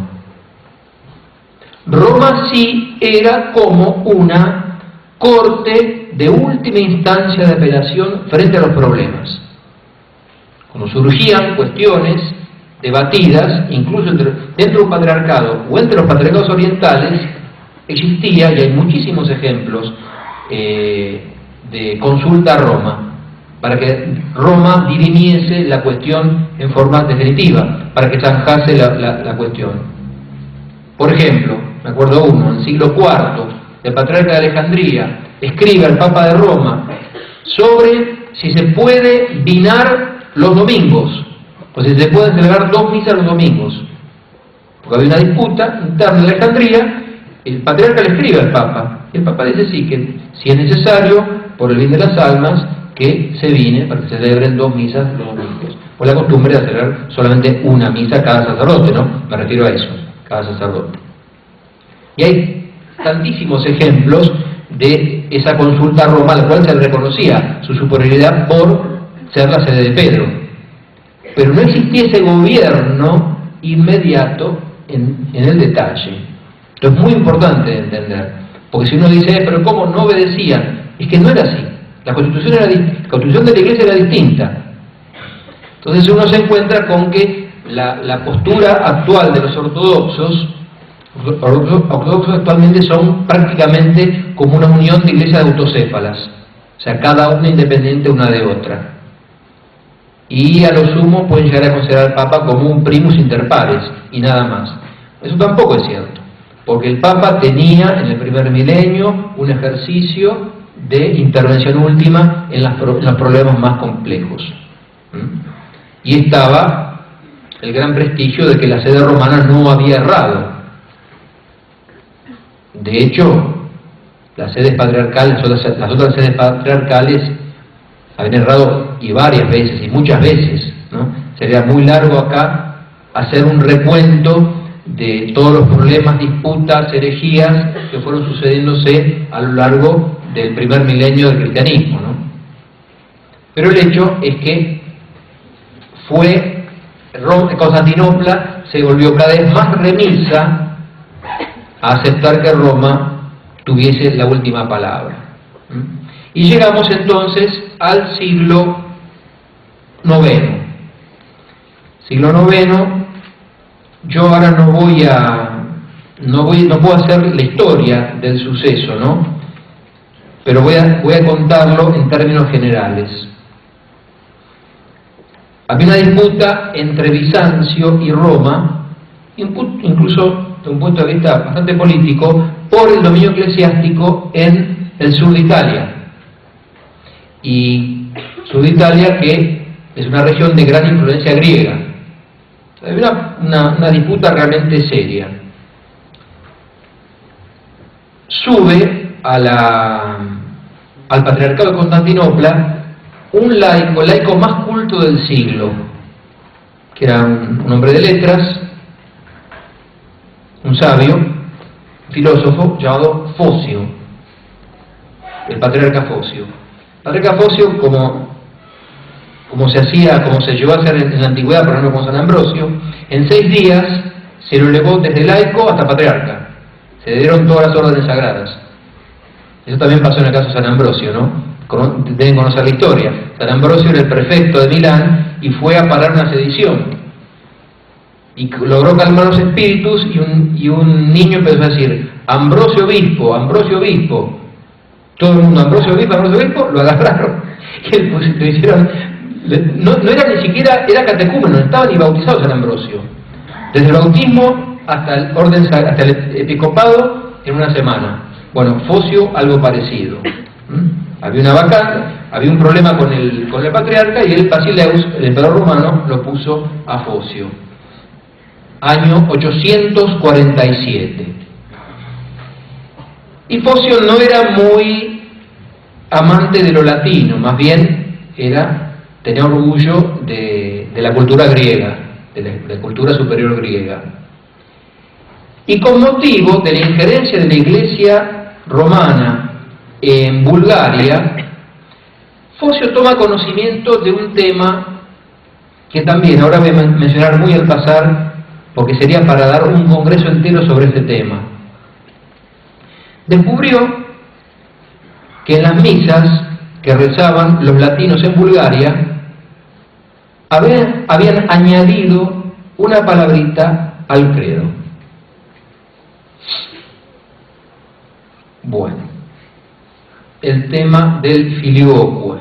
Roma sí era como una corte de última instancia de apelación frente a los problemas. Cuando surgían cuestiones debatidas, incluso entre, dentro de un patriarcado o entre los patriarcados orientales, existía, y hay muchísimos ejemplos, eh, de consulta a Roma, para que Roma dirimiese la cuestión en forma definitiva, para que zanjase la, la, la cuestión. Por ejemplo, me acuerdo uno, en el siglo cuarto, el patriarca de Alejandría escribe al Papa de Roma sobre si se puede dinar los domingos, o si se pueden celebrar dos misas los domingos. Porque había una disputa interna en Alejandría, el patriarca le escribe al Papa, y el Papa dice sí, que si es necesario, por el bien de las almas, que se vine para que se celebren dos misas los domingos. O la costumbre de celebrar solamente una misa cada sacerdote, ¿no? Me refiero a eso, cada sacerdote. Y hay tantísimos ejemplos de esa consulta a Roma, a la cual se le reconocía su superioridad por ser la sede de Pedro. Pero no existía ese gobierno inmediato en, en el detalle. Esto es muy importante de entender. Porque si uno dice, eh, pero ¿cómo no obedecían? Es que no era así. La constitución, era, la constitución de la Iglesia era distinta. Entonces uno se encuentra con que la, la postura actual de los ortodoxos, ortodoxos actualmente son prácticamente como una unión de iglesias autocéfalas, o sea, cada una independiente una de otra. Y a lo sumo pueden llegar a considerar al Papa como un primus inter pares y nada más. Eso tampoco es cierto, porque el Papa tenía en el primer milenio un ejercicio de intervención última en, las, en los problemas más complejos. ¿Mm? Y estaba el gran prestigio de que la sede romana no había errado. De hecho, las sedes patriarcales, las otras sedes patriarcales habían errado y varias veces, y muchas veces, ¿no? Sería muy largo acá hacer un recuento de todos los problemas, disputas, herejías que fueron sucediéndose a lo largo del primer milenio del cristianismo, ¿no? Pero el hecho es que fue Constantinopla se volvió cada vez más remisa a aceptar que Roma tuviese la última palabra. Y llegamos entonces al siglo noveno. Siglo noveno, yo ahora no voy a, no voy, no puedo hacer la historia del suceso, ¿no? Pero voy a, voy a contarlo en términos generales. Había una disputa entre Bizancio y Roma, incluso de un punto de vista bastante político, por el dominio eclesiástico en el sur de Italia. Y sur de Italia que es una región de gran influencia griega. Había una, una, una disputa realmente seria. Sube a la, al patriarcado de Constantinopla un laico, el laico más culto del siglo, que era un, un hombre de letras, un sabio, un filósofo llamado Focio, el patriarca Focio. El patriarca Focio, como, como se hacía, como se llevó a hacer en, en la antigüedad, por ejemplo con San Ambrosio, en seis días se lo elevó desde laico hasta patriarca. Se le dieron todas las órdenes sagradas. Eso también pasó en el caso de San Ambrosio, ¿no? Deben conocer la historia. San Ambrosio era el prefecto de Milán y fue a parar una sedición. Y logró calmar los espíritus y un, y un niño empezó a decir, Ambrosio obispo, Ambrosio obispo. Todo el mundo, Ambrosio obispo, Ambrosio obispo, lo agarraron. Y él, pues, lo hicieron, no, no era ni siquiera, era catecúmeno, no estaba ni bautizado San Ambrosio. Desde el bautismo hasta el orden, hasta el episcopado en una semana. Bueno, Focio algo parecido. ¿Mm? Había una vacante, había un problema con el, con el patriarca y el Basileus, el emperador romano, lo puso a Focio. Año ochocientos cuarenta y siete. Y Focio no era muy amante de lo latino, más bien era, tenía orgullo de, de la cultura griega, de la, de la cultura superior griega. Y con motivo de la injerencia de la Iglesia romana en Bulgaria, Focio toma conocimiento de un tema que también ahora voy a mencionar muy al pasar, porque sería para dar un congreso entero sobre este tema. Descubrió que en las misas que rezaban los latinos en Bulgaria habían, habían añadido una palabrita al credo. Bueno, el tema del filioque.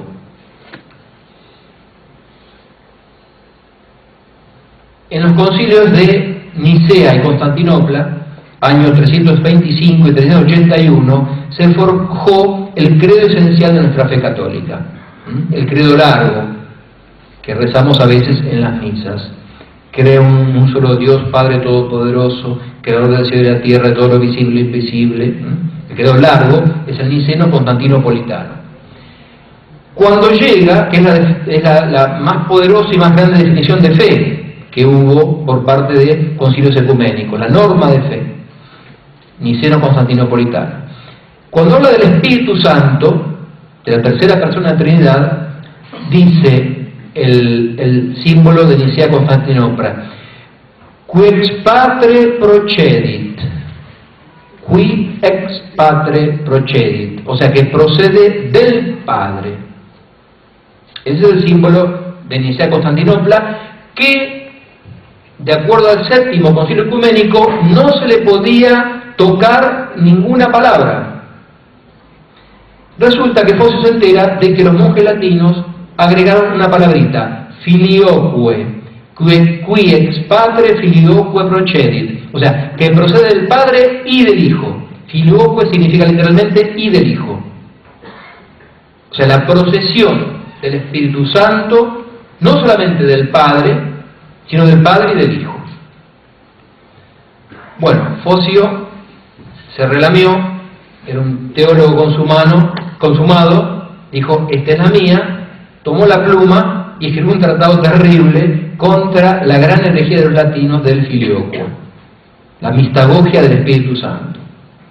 En los concilios de Nicea y Constantinopla, años trescientos veinticinco y trescientos ochenta y uno, se forjó el credo esencial de nuestra fe católica, el credo largo, que rezamos a veces en las misas. Creo en un solo Dios, Padre Todopoderoso, Creador del cielo y de la tierra, de todo lo visible e invisible. El credo largo es el niceno constantinopolitano. Cuando llega, que es, la, es la, la más poderosa y más grande definición de fe que hubo por parte de concilios ecuménicos, la norma de fe, niceno constantinopolitano. Cuando habla del Espíritu Santo, de la tercera persona de la Trinidad, dice el, el símbolo de Nicea Constantinopla, Quex Patre procedit, qui ex patre procedit, o sea que procede del Padre. Ese es el símbolo de Nicea de Constantinopla, que de acuerdo al séptimo concilio ecuménico no se le podía tocar ninguna palabra. Resulta que Focio se entera de que los monjes latinos agregaron una palabrita, filioque, qui, qui ex patre filioque procedit, o sea, que procede del Padre y del Hijo. Filioque significa literalmente y del Hijo. O sea, la procesión del Espíritu Santo, no solamente del Padre, sino del Padre y del Hijo. Bueno, Focio se relamió, era un teólogo consumano, consumado, dijo, esta es la mía, tomó la pluma y escribió un tratado terrible contra la gran herejía de los latinos del filioque, la mistagogia del Espíritu Santo.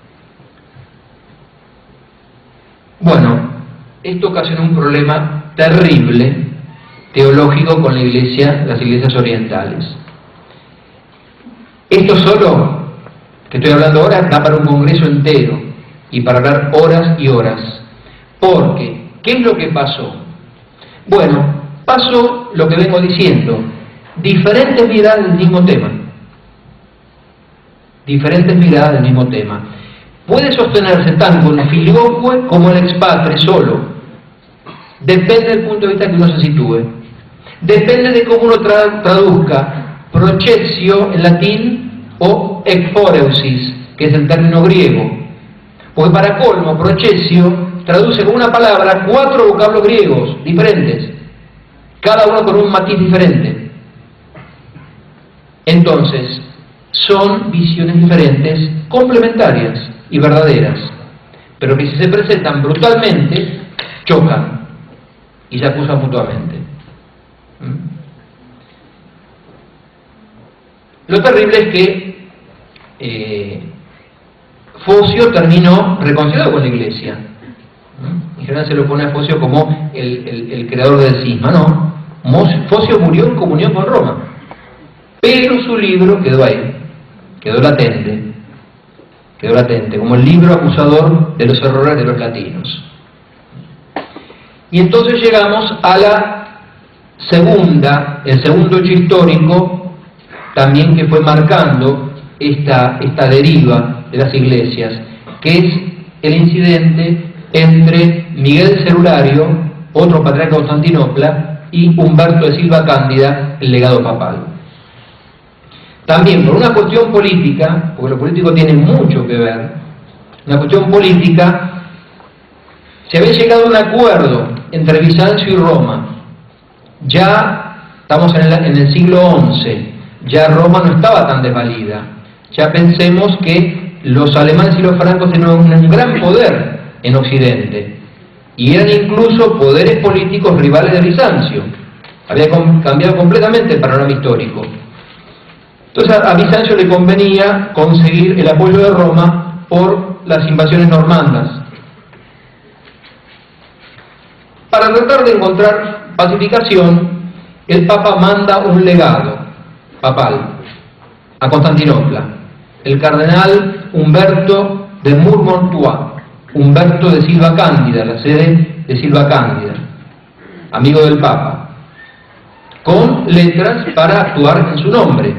Bueno, esto ocasionó un problema terrible teológico con la iglesia, las iglesias orientales. Esto solo, que estoy hablando ahora, da para un congreso entero y para hablar horas y horas. Porque, ¿qué es lo que pasó? Bueno, pasó lo que vengo diciendo, diferentes miradas del mismo tema. Diferentes miradas del mismo tema. Puede sostenerse tanto el filioque como el ex patre solo. Depende del punto de vista que uno se sitúe. Depende de cómo uno tra traduzca processio en latín o ekphoreusis, que es el término griego. Porque para colmo, processio traduce con una palabra cuatro vocablos griegos diferentes, cada uno con un matiz diferente. Entonces, son visiones diferentes, complementarias y verdaderas, pero que si se presentan brutalmente, chocan y se acusan mutuamente. Lo terrible es que eh, Focio terminó reconciliado con la iglesia. En general se lo pone a Focio como el, el, el creador del cisma, no. Focio murió en comunión con Roma, pero su libro quedó ahí, quedó latente, quedó latente, como el libro acusador de los errores de los latinos. Y entonces llegamos a la segunda, el segundo hecho histórico, también que fue marcando esta, esta deriva de las iglesias, que es el incidente entre Miguel Celulario, otro patriarca de Constantinopla, y Humberto de Silva Cándida, el legado papal. También por una cuestión política, porque lo político tiene mucho que ver, una cuestión política, se había llegado a un acuerdo entre Bizancio y Roma. Ya estamos en el, en el siglo once, ya Roma no estaba tan desvalida. Ya pensemos que los alemanes y los francos tenían un gran poder en Occidente, y eran incluso poderes políticos rivales de Bizancio. Había cambiado completamente el panorama histórico. Entonces a Bizancio le convenía conseguir el apoyo de Roma por las invasiones normandas. Para tratar de encontrar pacificación, el Papa manda un legado papal a Constantinopla, el cardenal Humberto de Montmorency, Humberto de Silva Cándida, la sede de Silva Cándida, amigo del Papa, con letras para actuar en su nombre.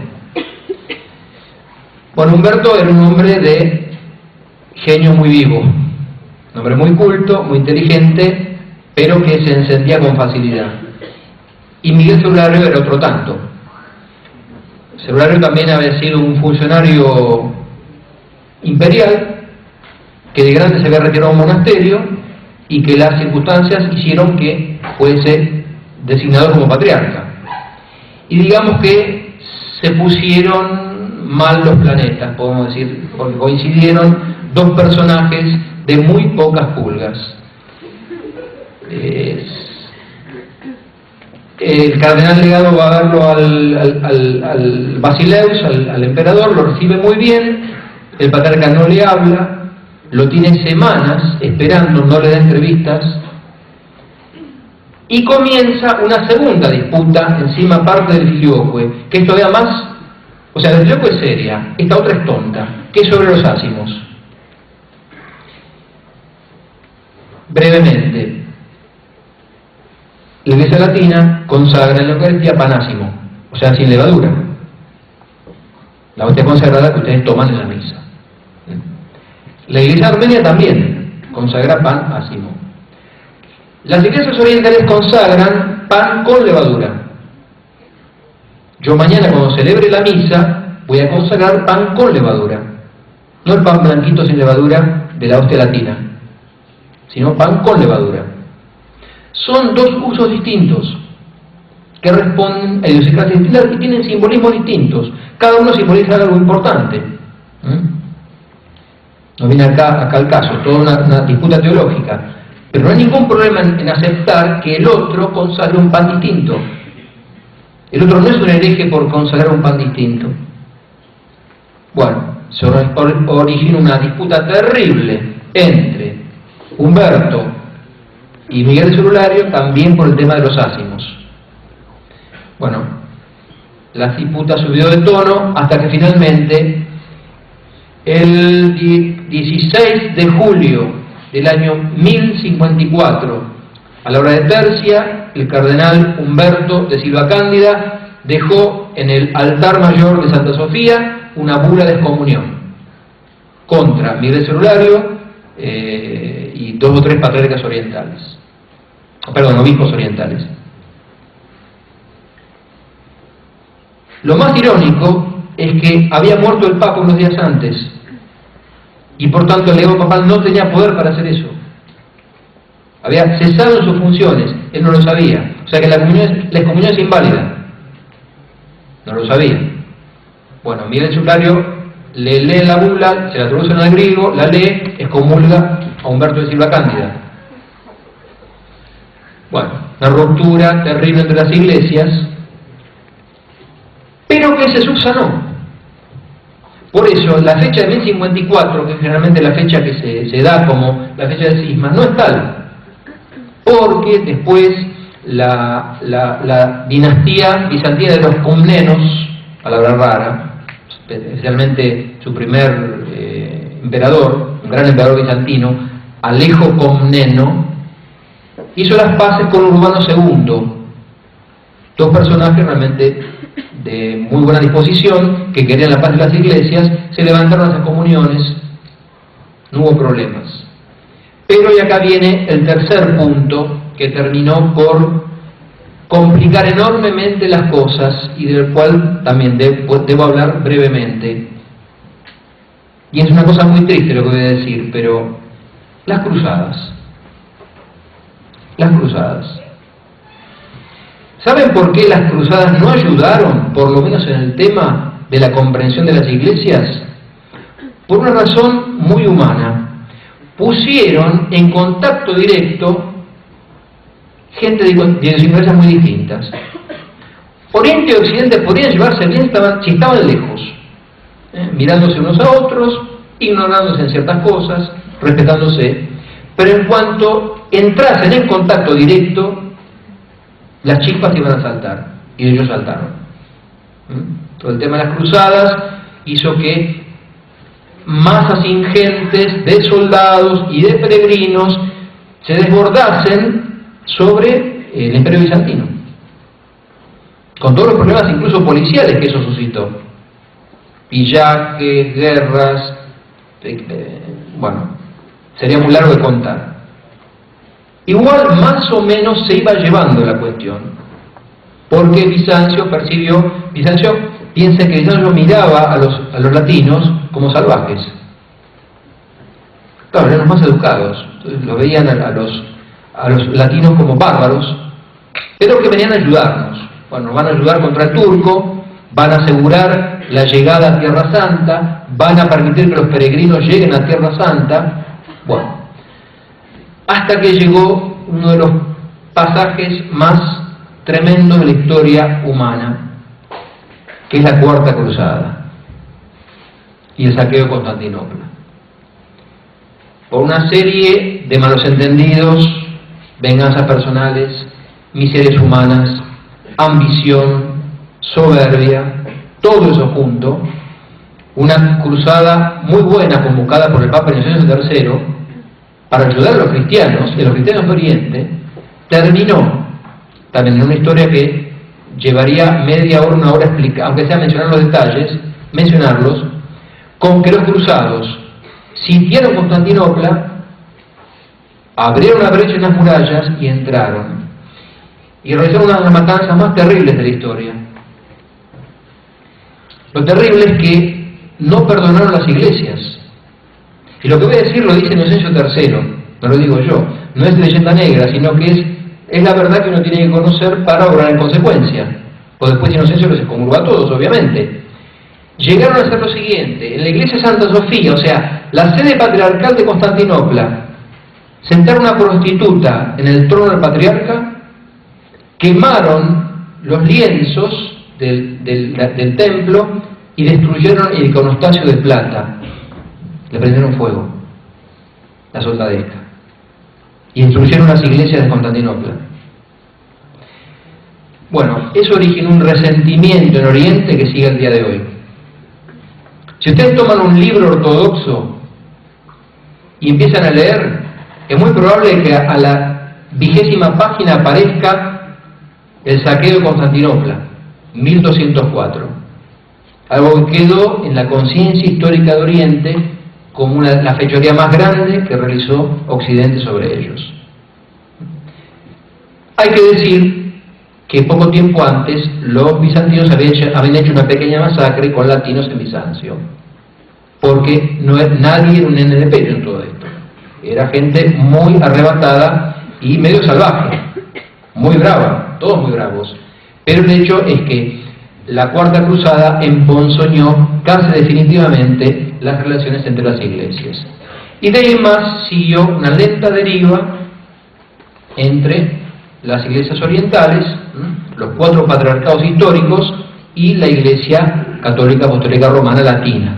Bueno, Humberto era un hombre de genio muy vivo, un hombre muy culto, muy inteligente, pero que se encendía con facilidad. Y Miguel Celulario era otro tanto. Celulario también había sido un funcionario imperial, que de grande se había retirado a un monasterio y que las circunstancias hicieron que fuese designado como patriarca. Y digamos que se pusieron mal los planetas, podemos decir, porque coincidieron dos personajes de muy pocas pulgas. Eh, el cardenal legado va a verlo al, al, al, al Basileus, al, al emperador, lo recibe muy bien, el patriarca no le habla, lo tiene semanas esperando, no le da entrevistas, y comienza una segunda disputa encima parte del filioque, que es todavía más, o sea, el filioque es seria, esta otra es tonta, que es sobre los ácimos. brevemente, la Iglesia Latina consagra en la Eucaristía panásimo, o sea, sin levadura. La hostia consagrada que ustedes toman en la misa. La Iglesia Armenia también consagra pan ásimo. Las iglesias orientales consagran pan con levadura. Yo mañana, cuando celebre la misa, voy a consagrar pan con levadura. No el pan blanquito sin levadura de la hostia latina, sino pan con levadura. Son dos usos distintos que responden a idiosincrasias distintas y tienen simbolismos distintos. Cada uno simboliza algo importante. ¿Mm? No viene acá, acá el caso, toda una, una disputa teológica. Pero no hay ningún problema en, en aceptar que el otro consagre un pan distinto. El otro no es un hereje por consagrar un pan distinto. Bueno, se origina una disputa terrible entre Humberto y Miguel Cerulario, también por el tema de los ácimos. Bueno, la disputa subió de tono hasta que finalmente, el dieciséis de julio del año mil cincuenta y cuatro, a la hora de tercia, el cardenal Humberto de Silva Cándida dejó en el altar mayor de Santa Sofía una bula de excomunión contra Miguel Cerulario eh, y dos o tres patriarcas orientales, perdón, obispos orientales. Lo más irónico es que había muerto el Papa unos días antes y por tanto el legado papal no tenía poder para hacer eso. Había cesado en sus funciones, él no lo sabía. O sea que la, comunión es, la excomunión es inválida. No lo sabía. Bueno, Miguel Cerulario le lee la bula, se la traducen al griego, la lee, excomulga a Humberto de Silva Cándida. Bueno, una ruptura terrible entre las iglesias, pero que se subsanó. Por eso, la fecha de mil cincuenta y cuatro, que es generalmente la fecha que se, se da como la fecha del cisma, no es tal, porque después la, la, la dinastía bizantina de los Comnenos, palabra rara, especialmente su primer eh, emperador, un gran emperador bizantino, Alejo Comneno, hizo las paces con Urbano segundo, dos personajes realmente de muy buena disposición, que querían la paz de las iglesias, se levantaron las excomuniones, no hubo problemas. Pero y acá viene el tercer punto, que terminó por complicar enormemente las cosas, y del cual también debo, debo hablar brevemente. Y es una cosa muy triste lo que voy a decir, pero las cruzadas. Las cruzadas. ¿Saben por qué las cruzadas no ayudaron, por lo menos en el tema de la comprensión de las iglesias? Por una razón muy humana. Pusieron en contacto directo gente de idiosincrasias muy distintas. Oriente y Occidente podrían llevarse bien estaban, si estaban lejos, ¿eh? mirándose unos a otros, ignorándose en ciertas cosas, respetándose, pero en cuanto entrasen en contacto directo, las chispas iban a saltar, y ellos saltaron. ¿Mm? Todo el tema de las cruzadas hizo que masas ingentes de soldados y de peregrinos se desbordasen sobre el Imperio Bizantino, con todos los problemas incluso policiales que eso suscitó, pillajes, guerras, eh, bueno, sería muy largo de contar. Igual más o menos se iba llevando la cuestión, porque Bizancio percibió, Bizancio piensa que Bizancio miraba a los, a los latinos como salvajes. Claro, eran los más educados, entonces lo veían a, a, los, a los latinos como bárbaros, pero que venían a ayudarnos. Bueno, van a ayudar contra el turco, van a asegurar la llegada a Tierra Santa, van a permitir que los peregrinos lleguen a Tierra Santa. Bueno, hasta que llegó uno de los pasajes más tremendos de la historia humana, que es la Cuarta Cruzada y el saqueo de Constantinopla. Por una serie de malos entendidos, venganzas personales, miserias humanas, ambición, soberbia, todo eso junto, una cruzada muy buena convocada por el Papa Inocencio tercero, para ayudar a los cristianos, y a los cristianos de Oriente, terminó, también en una historia que llevaría media hora, una hora explicar, aunque sea mencionar los detalles, mencionarlos, con que los cruzados sitiaron Constantinopla, abrieron una brecha en las murallas y entraron. Y realizaron una de las matanzas más terribles de la historia. Lo terrible es que no perdonaron las iglesias. Y lo que voy a decir lo dice Inocencio tercero, no lo digo yo, no es leyenda negra, sino que es, es la verdad que uno tiene que conocer para obrar en consecuencia. Pues después Inocencio los excomulgó a todos, obviamente. Llegaron a hacer lo siguiente: en la iglesia Santa Sofía, o sea, la sede patriarcal de Constantinopla, sentaron a una prostituta en el trono del patriarca, quemaron los lienzos del, del, del templo y destruyeron el iconostasio de plata. Le prendieron fuego, la soldadesca, y destruyeron las iglesias de Constantinopla. Bueno, eso originó un resentimiento en Oriente que sigue el día de hoy. Si ustedes toman un libro ortodoxo y empiezan a leer, es muy probable que a la vigésima página aparezca el saqueo de Constantinopla, mil doscientos cuatro. Algo que quedó en la conciencia histórica de Oriente como una, la fechoría más grande que realizó Occidente sobre ellos. Hay que decir que poco tiempo antes los bizantinos habían hecho, habían hecho una pequeña masacre con latinos en Bizancio, porque no es, nadie era un nene de pecho en todo esto. Era gente muy arrebatada y medio salvaje, muy brava, todos muy bravos. Pero el hecho es que la Cuarta Cruzada emponzoñó casi definitivamente las relaciones entre las iglesias. Y de ahí en más siguió una lenta deriva entre las iglesias orientales, los cuatro patriarcados históricos, y la Iglesia Católica Apostólica Romana Latina.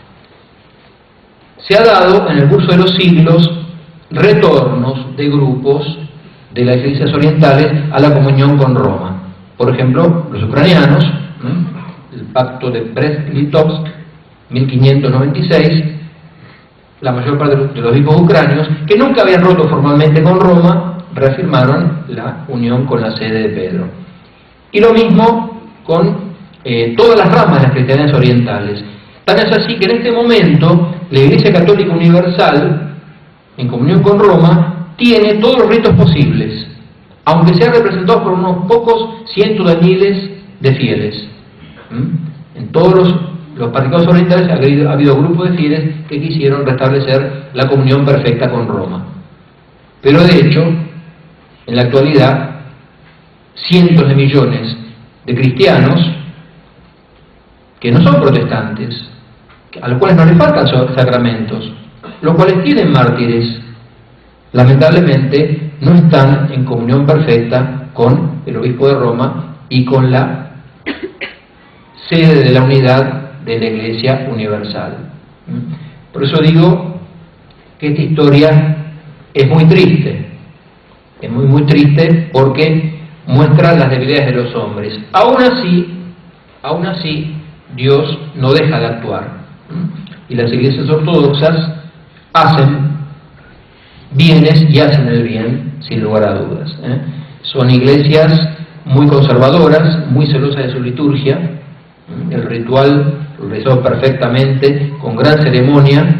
Se ha dado en el curso de los siglos retornos de grupos de las iglesias orientales a la comunión con Roma. Por ejemplo, los ucranianos, ¿no? El pacto de Brest-Litovsk, mil quinientos noventa y seis, la mayor parte de los obispos ucranios, que nunca habían roto formalmente con Roma, reafirmaron la unión con la sede de Pedro. Y lo mismo con eh, todas las ramas de las cristiandades orientales. Tan es así que en este momento la Iglesia Católica Universal, en comunión con Roma, tiene todos los ritos posibles, aunque sean representados por unos pocos cientos de miles de fieles. ¿Mm? En todos los, los patriarcados orientales ha habido, ha habido grupos de fieles que quisieron restablecer la comunión perfecta con Roma. Pero de hecho, en la actualidad, cientos de millones de cristianos que no son protestantes, a los cuales no les faltan sacramentos, los cuales tienen mártires, lamentablemente no están en comunión perfecta con el obispo de Roma y con la sede de la unidad de la Iglesia Universal. Por eso digo que esta historia es muy triste, es muy muy triste porque muestra las debilidades de los hombres. Aún así, aún así, Dios no deja de actuar. Y las iglesias ortodoxas hacen bienes y hacen el bien, sin lugar a dudas. ¿eh? Son iglesias muy conservadoras, muy celosas de su liturgia. El ritual lo realizó perfectamente, con gran ceremonia.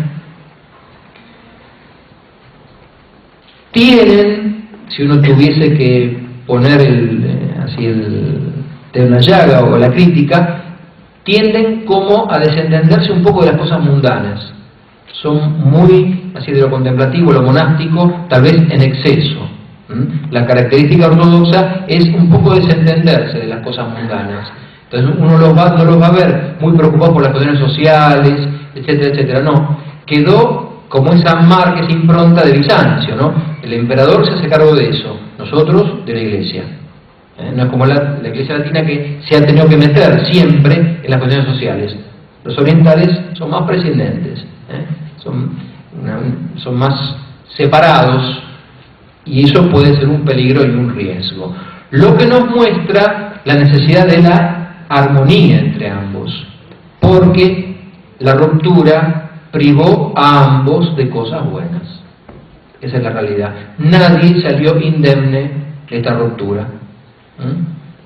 Tienen, si uno tuviese que poner el, eh, así el de una llaga o la crítica, tienden como a desentenderse un poco de las cosas mundanas. Son muy, así de lo contemplativo, lo monástico, tal vez en exceso. ¿Mm? La característica ortodoxa es un poco desentenderse de las cosas mundanas. Entonces uno los va, no los va a ver muy preocupados por las cuestiones sociales, etcétera, etcétera. No, quedó como esa marca, esa impronta de Bizancio, ¿no? El emperador se hace cargo de eso, nosotros de la iglesia. ¿Eh? No es como la, la iglesia latina que se ha tenido que meter siempre en las cuestiones sociales. Los orientales son más prescindentes, ¿eh? son, una, son más separados, y eso puede ser un peligro y un riesgo. Lo que nos muestra la necesidad de la armonía entre ambos, porque la ruptura privó a ambos de cosas buenas. Esa es la realidad. Nadie salió indemne de esta ruptura. ¿Mm?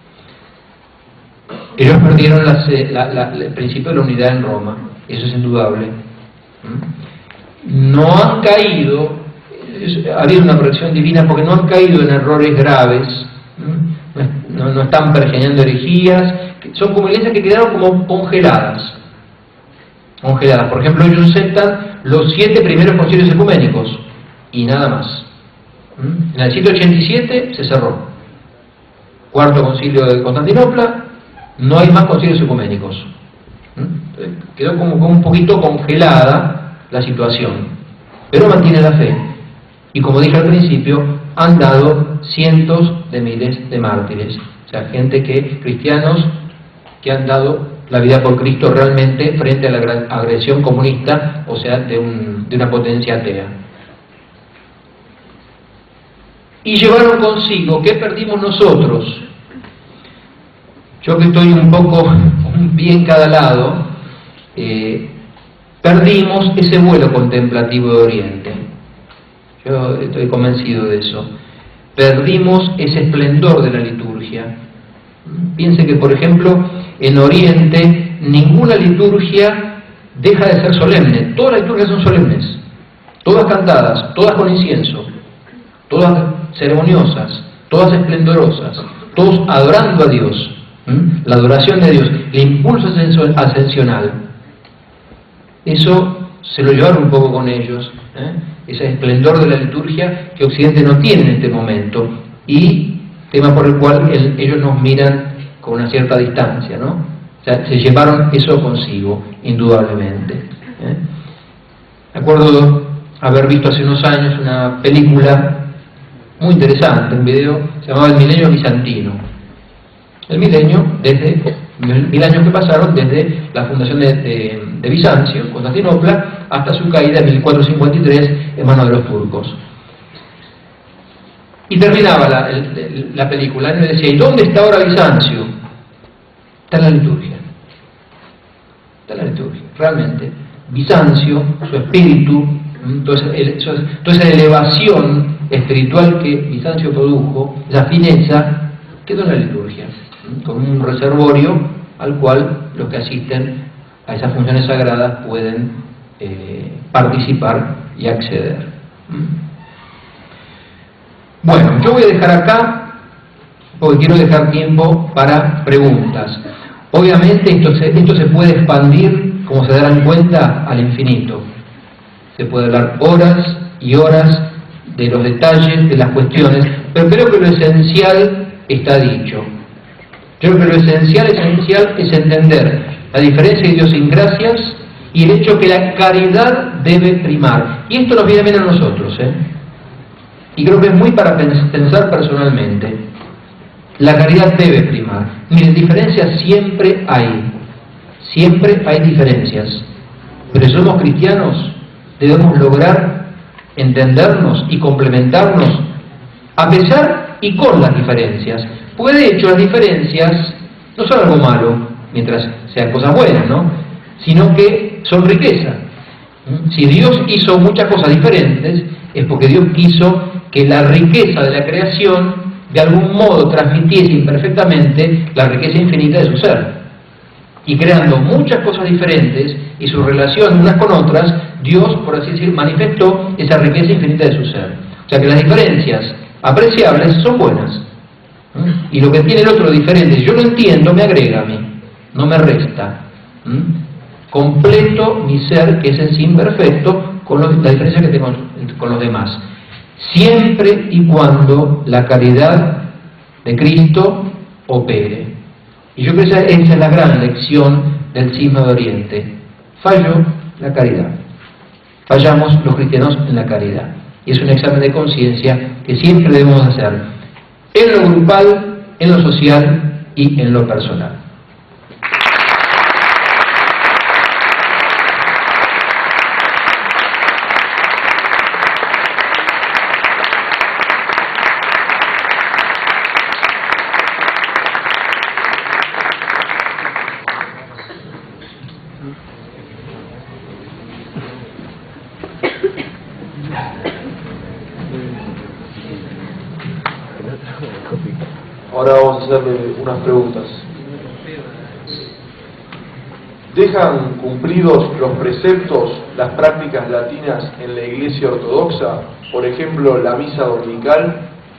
Ellos perdieron la, la, la, el principio de la unidad en Roma, eso es indudable. ¿Mm? No han caído, ha habido una corrección divina porque no han caído en errores graves. ¿Mm? No, no están pergeñando herejías, son como iglesias que quedaron como congeladas. Congeladas. Por ejemplo, ellos aceptan los siete primeros concilios ecuménicos y nada más. ¿Mm? En el ciento ochenta y siete se cerró. Cuarto concilio de Constantinopla, no hay más concilios ecuménicos. ¿Mm? Quedó como, como un poquito congelada la situación, pero mantiene la fe. Y como dije al principio, han dado cientos de miles de mártires. O sea, gente que, cristianos que han dado la vida por Cristo realmente frente a la agresión comunista, o sea, de, un, de una potencia atea. Y llevaron consigo, ¿qué perdimos nosotros? Yo que estoy un poco, un pie en cada lado, eh, perdimos ese vuelo contemplativo de Oriente. Yo estoy convencido de eso. Perdimos ese esplendor de la liturgia. Piense que, por ejemplo, en Oriente ninguna liturgia deja de ser solemne. Todas las liturgias son solemnes, todas cantadas, todas con incienso, todas ceremoniosas, todas esplendorosas, todos adorando a Dios. ¿Mm? La adoración de Dios, el impulso ascensional. Eso se lo llevaron un poco con ellos, ¿eh? Ese esplendor de la liturgia que Occidente no tiene en este momento, y tema por el cual el, ellos nos miran con una cierta distancia, ¿no? O sea, se llevaron eso consigo, indudablemente. ¿eh? Me acuerdo haber visto hace unos años una película muy interesante, un video, se llamaba El Milenio Bizantino. El milenio, desde mil años que pasaron desde la fundación de, de, de Bizancio, Constantinopla, hasta su caída en mil cuatrocientos cincuenta y tres en manos de los turcos. Y terminaba la, el, la película y me decía, ¿y dónde está ahora Bizancio? Está en la liturgia. Está en la liturgia, realmente. Bizancio, su espíritu, toda esa, toda esa elevación espiritual que Bizancio produjo, esa fineza, quedó en la liturgia, con un reservorio al cual los que asisten a esas funciones sagradas pueden eh, participar y acceder. Bueno, yo voy a dejar acá porque quiero dejar tiempo para preguntas. Obviamente esto se, esto se puede expandir, como se darán cuenta, al infinito. Se puede hablar horas y horas de los detalles, de las cuestiones, pero creo que lo esencial está dicho. Yo creo que lo esencial, esencial es entender la diferencia de idiosincrasias y el hecho que la caridad debe primar. Y esto nos viene bien a nosotros, ¿eh? Y creo que es muy para pensar personalmente. La caridad debe primar. Miren, diferencias siempre hay. Siempre hay diferencias. Pero si somos cristianos, debemos lograr entendernos y complementarnos a pesar y con las diferencias. Porque de hecho las diferencias no son algo malo, mientras sean cosas buenas, ¿no? Sino que son riqueza. Si Dios hizo muchas cosas diferentes, es porque Dios quiso que la riqueza de la creación de algún modo transmitiese imperfectamente la riqueza infinita de su ser. Y creando muchas cosas diferentes y su relación unas con otras, Dios, por así decir, manifestó esa riqueza infinita de su ser. O sea que las diferencias apreciables son buenas. ¿Mm? Y lo que tiene el otro diferente, si yo lo entiendo, me agrega a mí, no me resta. ¿Mm? Completo mi ser, que es en sí imperfecto, con los, la diferencia que tengo con los demás. Siempre y cuando la caridad de Cristo opere. Y yo creo que esa, esa es la gran lección del cisma de Oriente. Falló la caridad. Fallamos los cristianos en la caridad. Y es un examen de conciencia que siempre debemos hacer, en lo grupal, en lo social y en lo personal. Ahora vamos a hacerle unas preguntas. ¿Dejan cumplidos los preceptos, las prácticas latinas en la Iglesia Ortodoxa? Por ejemplo, la misa dominical.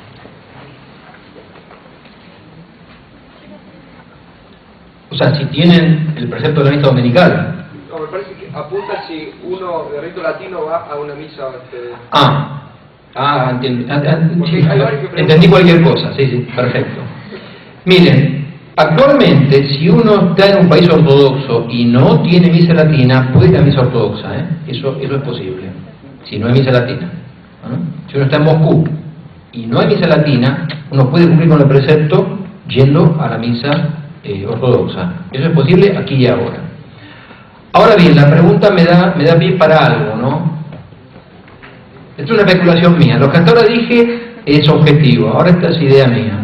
O sea, si tienen el precepto de la misa dominical. No, me parece que apunta si uno de rito latino va a una misa. Este... Ah, ah, entiendo. Ah, ah, sí, hay varios que entendí cualquier cosa, sí, sí, perfecto. Miren, actualmente, si uno está en un país ortodoxo y no tiene misa latina, puede ir a misa ortodoxa, ¿eh? Eso, eso es posible, si no hay misa latina. ¿No? Si uno está en Moscú y no hay misa latina, uno puede cumplir con el precepto yendo a la misa eh, ortodoxa. Eso es posible aquí y ahora. Ahora bien, la pregunta me da, me da pie para algo, ¿no? Esto es una especulación mía. Lo que hasta ahora dije es objetivo, ahora esta es idea mía.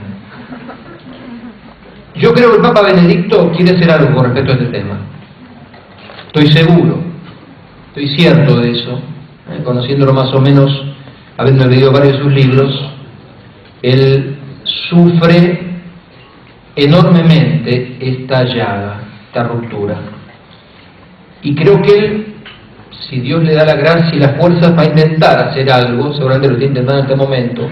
Yo creo que el Papa Benedicto quiere hacer algo con respecto a este tema. Estoy seguro, estoy cierto de eso, ¿eh? Conociéndolo más o menos, habiendo leído varios de sus libros. Él sufre enormemente esta llaga, esta ruptura. Y creo que él, si Dios le da la gracia y las fuerzas para intentar hacer algo, seguramente lo está intentando en este momento.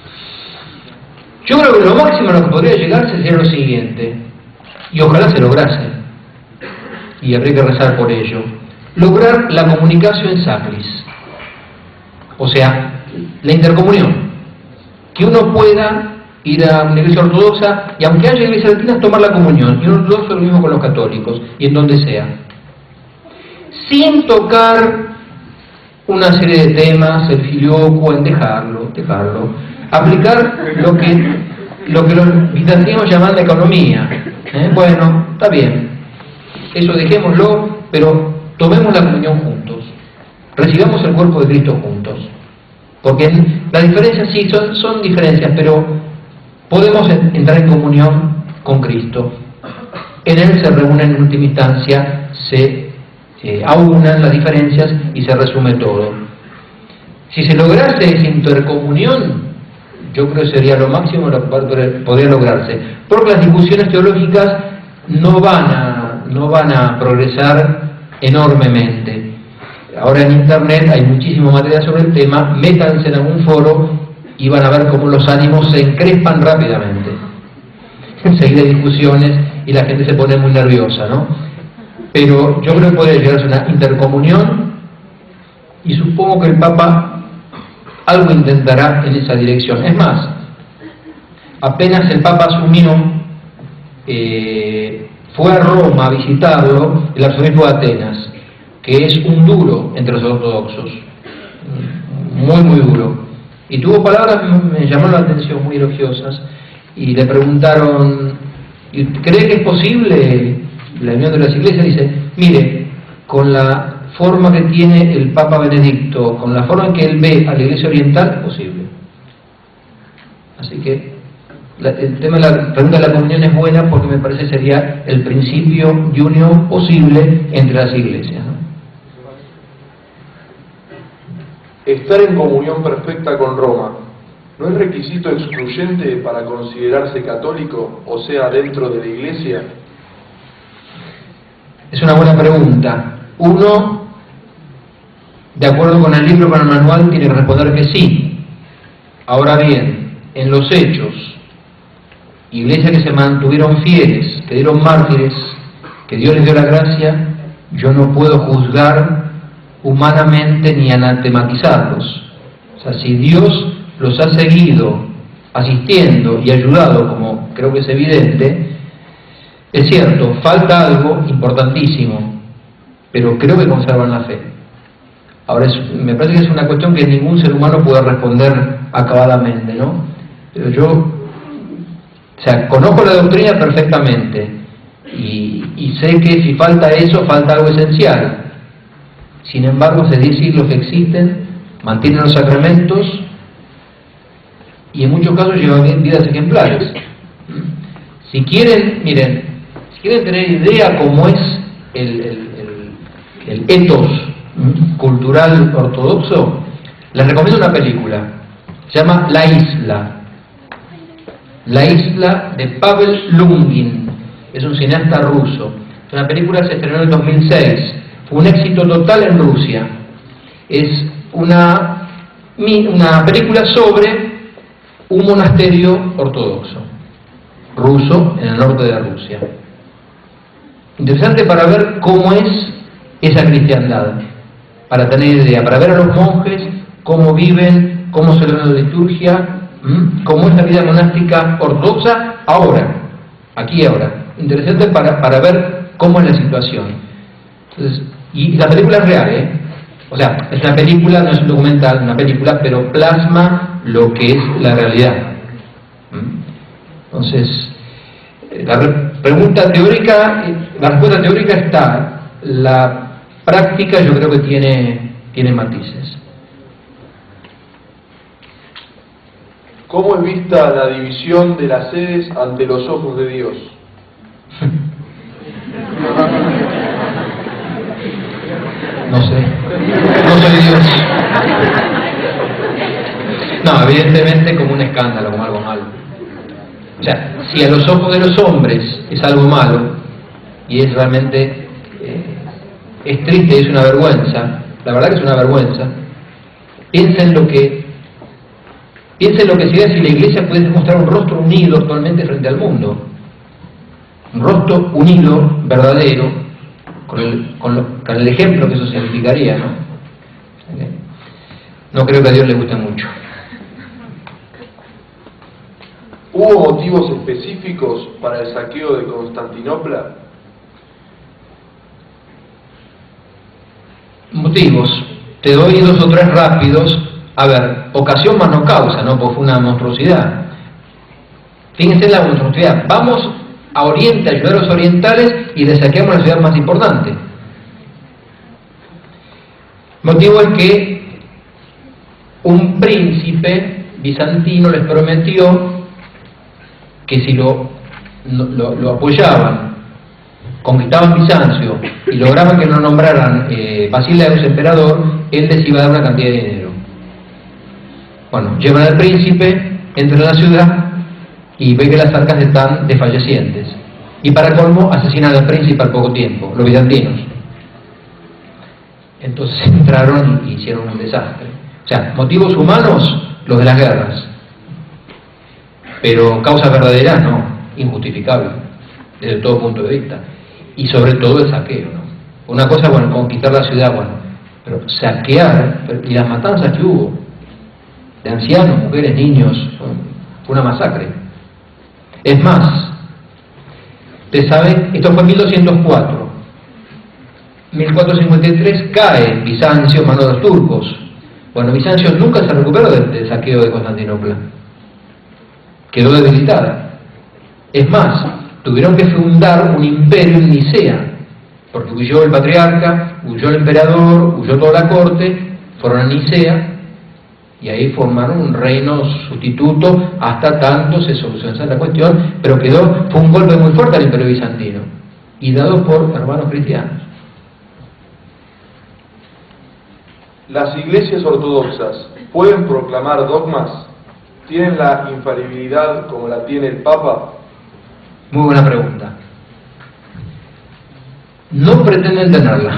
Yo creo que lo máximo a lo que podría llegarse sería lo siguiente, y ojalá se lograse, y habría que rezar por ello: lograr la comunicación sacris, o sea, la intercomunión, que uno pueda ir a una iglesia ortodoxa, y aunque haya iglesias latinas, tomar la comunión, y un ortodoxo lo mismo con los católicos, y en donde sea, sin tocar una serie de temas, el filioquo, en dejarlo, dejarlo, aplicar lo que, lo que los bizantinos llaman la economía. ¿Eh? Bueno, está bien, eso dejémoslo, pero tomemos la comunión juntos, recibamos el cuerpo de Cristo juntos, porque las diferencias sí, son, son diferencias, pero podemos entrar en comunión con Cristo. En Él se reúnen en última instancia, se eh, aunan las diferencias y se resume todo. Si se lograse esa intercomunión, yo creo que sería lo máximo lo que podría lograrse, porque las discusiones teológicas no van a, no van a progresar enormemente. Ahora en internet hay muchísimo material sobre el tema, métanse en algún foro y van a ver cómo los ánimos se encrespan rápidamente. Enseguida hay discusiones y la gente se pone muy nerviosa, ¿no? Pero yo creo que podría llegarse a una intercomunión, y supongo que el Papa algo intentará en esa dirección. Es más, apenas el Papa asumió, eh, fue a Roma a visitarlo el arzobispo de Atenas, que es un duro entre los ortodoxos, muy muy duro, y tuvo palabras que me llamaron la atención, muy elogiosas, y le preguntaron: ¿cree que es posible la unión de las iglesias? Dice: mire, con la forma que tiene el Papa Benedicto, con la forma en que él ve a la Iglesia Oriental, es posible. Así que la, el tema de la pregunta de la comunión es buena, porque me parece sería el principio de unión posible entre las iglesias, ¿no? Estar en comunión perfecta con Roma, ¿no es requisito excluyente para considerarse católico, o sea, dentro de la Iglesia? Es una buena pregunta. Uno, de acuerdo con el libro, con el manual, tiene que responder que sí. Ahora bien, en los hechos, iglesias que se mantuvieron fieles, que dieron mártires, que Dios les dio la gracia, yo no puedo juzgar humanamente ni anatematizarlos. O sea, si Dios los ha seguido asistiendo y ayudado, como creo que es evidente, es cierto, falta algo importantísimo, pero creo que conservan la fe. Ahora, es, me parece que es una cuestión que ningún ser humano puede responder acabadamente, ¿no? Pero yo, o sea, conozco la doctrina perfectamente y, y sé que si falta eso, falta algo esencial. Sin embargo, hace diez siglos que existen, mantienen los sacramentos y en muchos casos llevan vidas ejemplares. Si quieren, miren, si quieren tener idea cómo es el, el, el, el ethos cultural ortodoxo, les recomiendo una película, se llama La Isla. La isla de Pavel Lungin, es un cineasta ruso. Es una película que se estrenó en el dos mil seis, fue un éxito total en Rusia. Es una, una película sobre un monasterio ortodoxo, ruso, en el norte de Rusia. Interesante para ver cómo es esa cristiandad, para tener idea, para ver a los monjes, cómo viven, cómo celebran la liturgia, cómo es la vida monástica ortodoxa ahora, aquí y ahora. Interesante para, para ver cómo es la situación. Entonces, y la película es real, ¿eh? O sea, es una película, no es un documental, una película, pero plasma lo que es la realidad. Entonces, la pregunta teórica, la respuesta teórica está, la práctica yo creo que tiene, tiene matices. ¿Cómo es vista la división de las sedes ante los ojos de Dios? No sé, no soy Dios. No, evidentemente como un escándalo, como algo malo. O sea, si a los ojos de los hombres es algo malo, y es realmente, eh, es triste, es una vergüenza, la verdad que es una vergüenza, piensen lo que, piensen lo que sería si la Iglesia pudiese mostrar un rostro unido actualmente frente al mundo. Un rostro unido, verdadero, con el, con, lo, con el ejemplo que eso significaría, ¿no? No creo que a Dios le guste mucho. ¿Hubo motivos específicos para el saqueo de Constantinopla? Motivos. Te doy dos o tres rápidos. A ver, ocasión más no causa, ¿no? Porque fue una monstruosidad. Fíjense en la monstruosidad. Vamos a Oriente a ayudar a los orientales y le saqueamos la ciudad más importante. Motivo es que un príncipe bizantino les prometió que si lo, lo, lo apoyaban, conquistaban Bizancio y lograban que lo nombraran eh, Basileus emperador, él les iba a dar una cantidad de dinero. Bueno, llevan al príncipe, entran a la ciudad y ve que las arcas están desfallecientes. Y para colmo, asesinan al príncipe al poco tiempo, los bizantinos. Entonces entraron y hicieron un desastre. O sea, motivos humanos, los de las guerras. Pero causas verdaderas, no, injustificable, desde todo punto de vista. Y sobre todo el saqueo, ¿no? Una cosa, bueno, conquistar la ciudad, bueno, pero saquear, y las matanzas que hubo, de ancianos, mujeres, niños, fue una masacre. Es más, usted sabe, esto fue en mil doscientos cuatro. mil cuatrocientos cincuenta y tres cae Bizancio en manos de los turcos. Bueno, Bizancio nunca se recuperó del, del saqueo de Constantinopla. Quedó debilitada. Es más, tuvieron que fundar un imperio en Nicea, porque huyó el patriarca, huyó el emperador, huyó toda la corte, fueron a Nicea, y ahí formaron un reino sustituto hasta tanto se solucionó la cuestión, pero quedó, fue un golpe muy fuerte al imperio bizantino, y dado por hermanos cristianos. ¿Las iglesias ortodoxas pueden proclamar dogmas? ¿Tienen la infalibilidad como la tiene el Papa? Muy buena pregunta. No pretenden tenerla.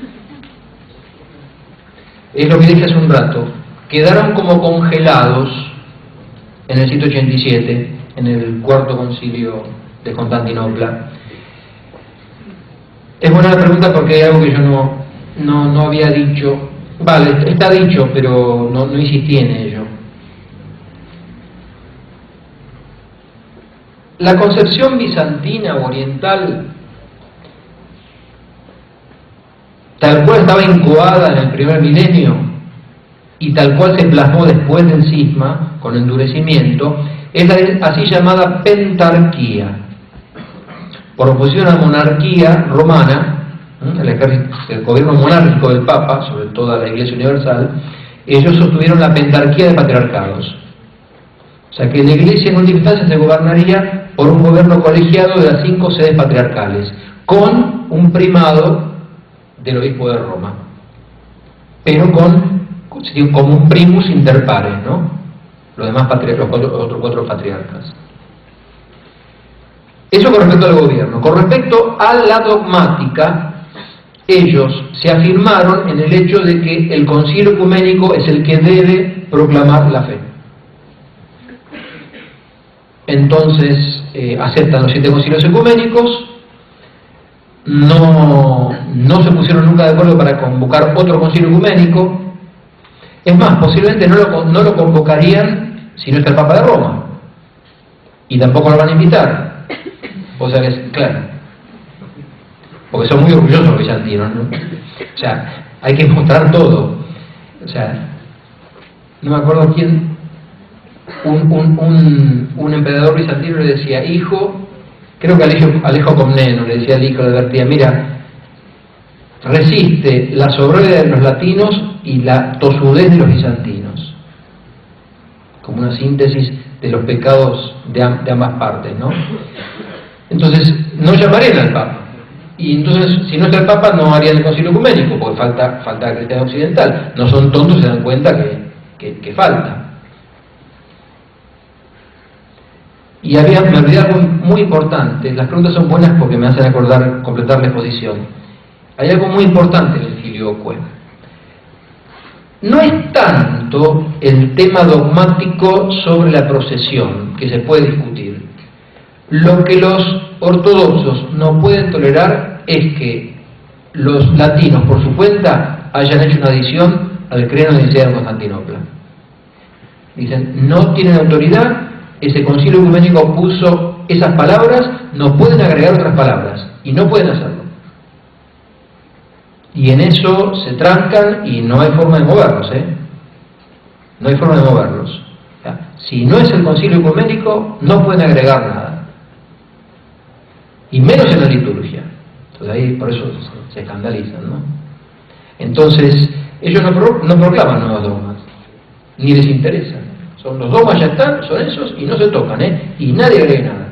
Es lo que dije hace un rato. Quedaron como congelados en el ciento ochenta y siete, en el cuarto concilio de Constantinopla. Es buena la pregunta porque hay algo que yo no, no, no había dicho. Vale, está dicho, pero no, no insistí en ello. La concepción bizantina o oriental, tal cual estaba incoada en el primer milenio y tal cual se plasmó después del cisma, con endurecimiento, es la así llamada pentarquía, por oposición a la monarquía romana, el, ejército, el gobierno monárquico del Papa sobre toda la Iglesia Universal. Ellos sostuvieron la pentarquía de patriarcados. O sea que la Iglesia en última instancia se gobernaría por un gobierno colegiado de las cinco sedes patriarcales, con un primado del obispo de Roma, pero con como un primus inter pares, ¿no? Los demás patriarcas, los otros cuatro patriarcas. Eso con respecto al gobierno. Con respecto a la dogmática, ellos se afirmaron en el hecho de que el concilio ecuménico es el que debe proclamar la fe. Entonces eh, aceptan los siete concilios ecuménicos, no, no se pusieron nunca de acuerdo para convocar otro concilio ecuménico. Es más, posiblemente no lo, no lo convocarían si no está el Papa de Roma, y tampoco lo van a invitar. O sea que es claro, porque son muy orgullosos los bizantinos, ¿no? O sea, hay que mostrar todo. O sea, no me acuerdo quién, un, un, un, un emperador bizantino le decía, hijo, creo que Alejo, Alejo Comneno le decía al hijo, le advertía, mira, resiste la soberbia de los latinos y la tosudez de los bizantinos, como una síntesis de los pecados de, de ambas partes, ¿no? Entonces, no llamarían al Papa. Y entonces, si no está el Papa, no harían el concilio ecuménico, porque falta, falta la cristiandad occidental. No son tontos, se dan cuenta que, que, que falta. Y había, me olvidé algo muy importante. Las preguntas son buenas porque me hacen acordar, completar la exposición. Hay algo muy importante en el filioque. No es tanto el tema dogmático sobre la procesión, que se puede discutir. Lo que los ortodoxos no pueden tolerar es que los latinos, por su cuenta, hayan hecho una adición al credo de Nicea en Constantinopla. Dicen, no tienen autoridad, ese concilio ecuménico puso esas palabras, no pueden agregar otras palabras, y no pueden hacerlo. Y en eso se trancan y no hay forma de moverlos, ¿eh? No hay forma de moverlos. O sea, si no es el concilio ecuménico, no pueden agregar nada. Y menos en la liturgia. Entonces ahí por eso se, se escandalizan, ¿no? Entonces, ellos no, pro, no proclaman nuevos dogmas, ni les interesa. Son los dogmas, ya están, son esos, y no se tocan, ¿eh? Y nadie agrega nada.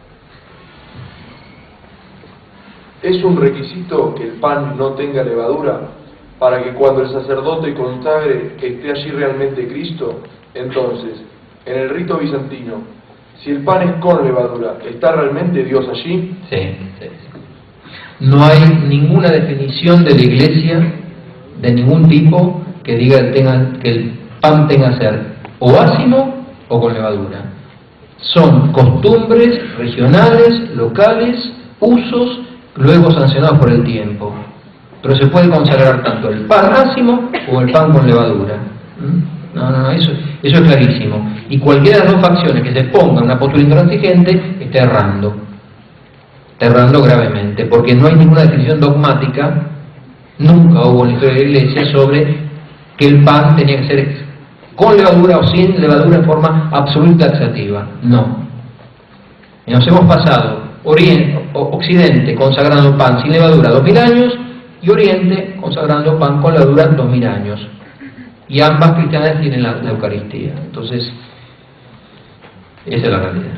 ¿Es un requisito que el pan no tenga levadura para que cuando el sacerdote consagre que esté allí realmente Cristo? Entonces, en el rito bizantino, si el pan es con levadura, ¿está realmente Dios allí? Sí, sí, sí. No hay ninguna definición de la Iglesia, de ningún tipo, que diga que, tenga, que el pan tenga que ser o ácimo o con levadura. Son costumbres regionales, locales, usos, luego sancionados por el tiempo. Pero se puede consagrar tanto el pan ácimo o el pan con levadura. No, no, no, eso, eso es clarísimo. Y cualquiera de las dos facciones que se ponga en una postura intransigente está errando. Está errando gravemente, porque no hay ninguna definición dogmática, nunca hubo en la historia de la Iglesia, sobre que el pan tenía que ser con levadura o sin levadura en forma absoluta taxativa. No. Y nos hemos pasado Oriente, Occidente consagrando pan sin levadura dos mil años y Oriente consagrando pan con levadura dos mil años. Y ambas cristiandades tienen la, la Eucaristía. Entonces, esa es la realidad.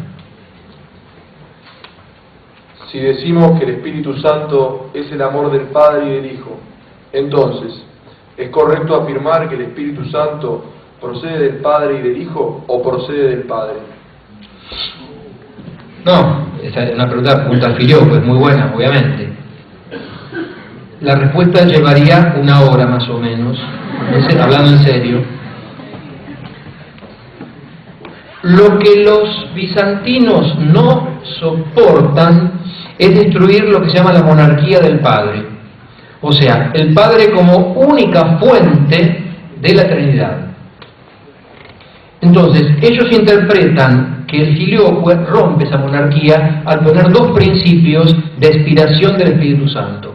Si decimos que el Espíritu Santo es el amor del Padre y del Hijo, entonces, ¿es correcto afirmar que el Espíritu Santo procede del Padre y del Hijo o procede del Padre? No, esa es una pregunta, pregunta al filioque, es muy buena, obviamente. La respuesta llevaría una hora más o menos, hablando en serio. Lo que los bizantinos no soportan es destruir lo que se llama la monarquía del Padre. O sea, el Padre como única fuente de la Trinidad. Entonces, ellos interpretan que el filioque rompe esa monarquía al poner dos principios de expiración del Espíritu Santo.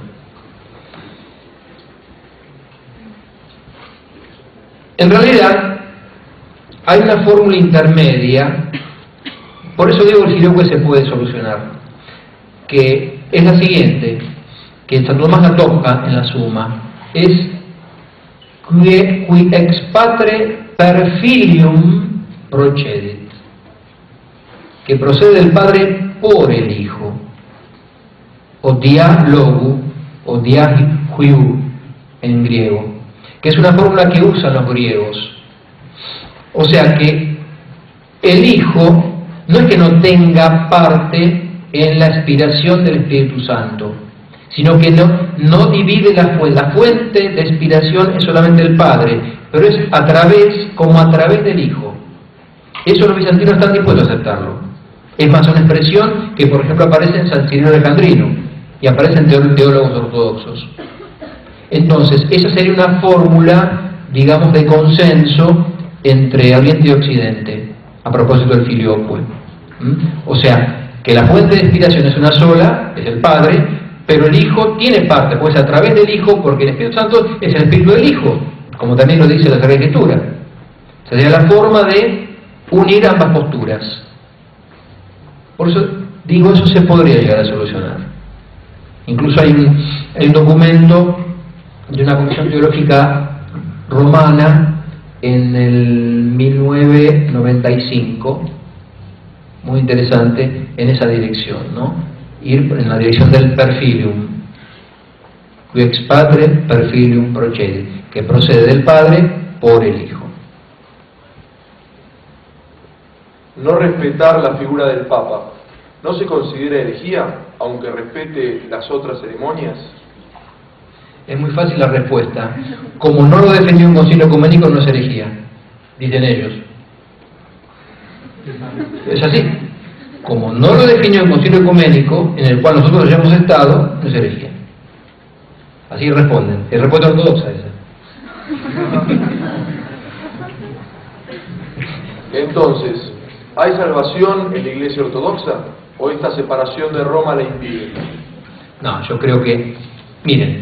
En realidad, hay una fórmula intermedia, por eso digo que el filioque se puede solucionar, que es la siguiente, que Santo Tomás la toca en la Suma, es qui, qui ex patre per filium procedit, que procede del Padre por el Hijo, o dia logu, o dia huiu en griego, que es una fórmula que usan los griegos. O sea que el Hijo no es que no tenga parte en la expiración del Espíritu Santo, sino que no, no divide la fuente. La fuente de expiración es solamente el Padre, pero es a través, como a través del Hijo. Eso los bizantinos están dispuestos a aceptarlo. Es más, una expresión que, por ejemplo, aparece en San Cirilo Alejandrino y aparece en teólogos ortodoxos. Entonces, esa sería una fórmula, digamos, de consenso entre Oriente y Occidente, a propósito del filioque. ¿Mm? O sea, que la fuente de inspiración es una sola, es el Padre, pero el Hijo tiene parte, pues a través del Hijo, porque el Espíritu Santo es el Espíritu del Hijo, como también lo dice la Sagrada Escritura. Sería la forma de unir ambas posturas. Por eso digo, eso se podría llegar a solucionar. Incluso hay un, hay un documento de una comisión teológica romana en el mil novecientos noventa y cinco, muy interesante en esa dirección, ¿no? Ir en la dirección del perfilium, qui ex Patre perfilium procede, que procede del Padre por el Hijo. No respetar la figura del Papa, ¿no se considera herejía, aunque respete las otras ceremonias? Es muy fácil la respuesta. Como no lo defendió un concilio ecuménico, no es herejía, dicen ellos. Es así. Como no lo definió un concilio ecuménico, en el cual nosotros hayamos estado, no es herejía. Así responden. Es respuesta ortodoxa esa. Entonces, ¿hay salvación en la Iglesia Ortodoxa o esta separación de Roma la impide? No, yo creo que, miren,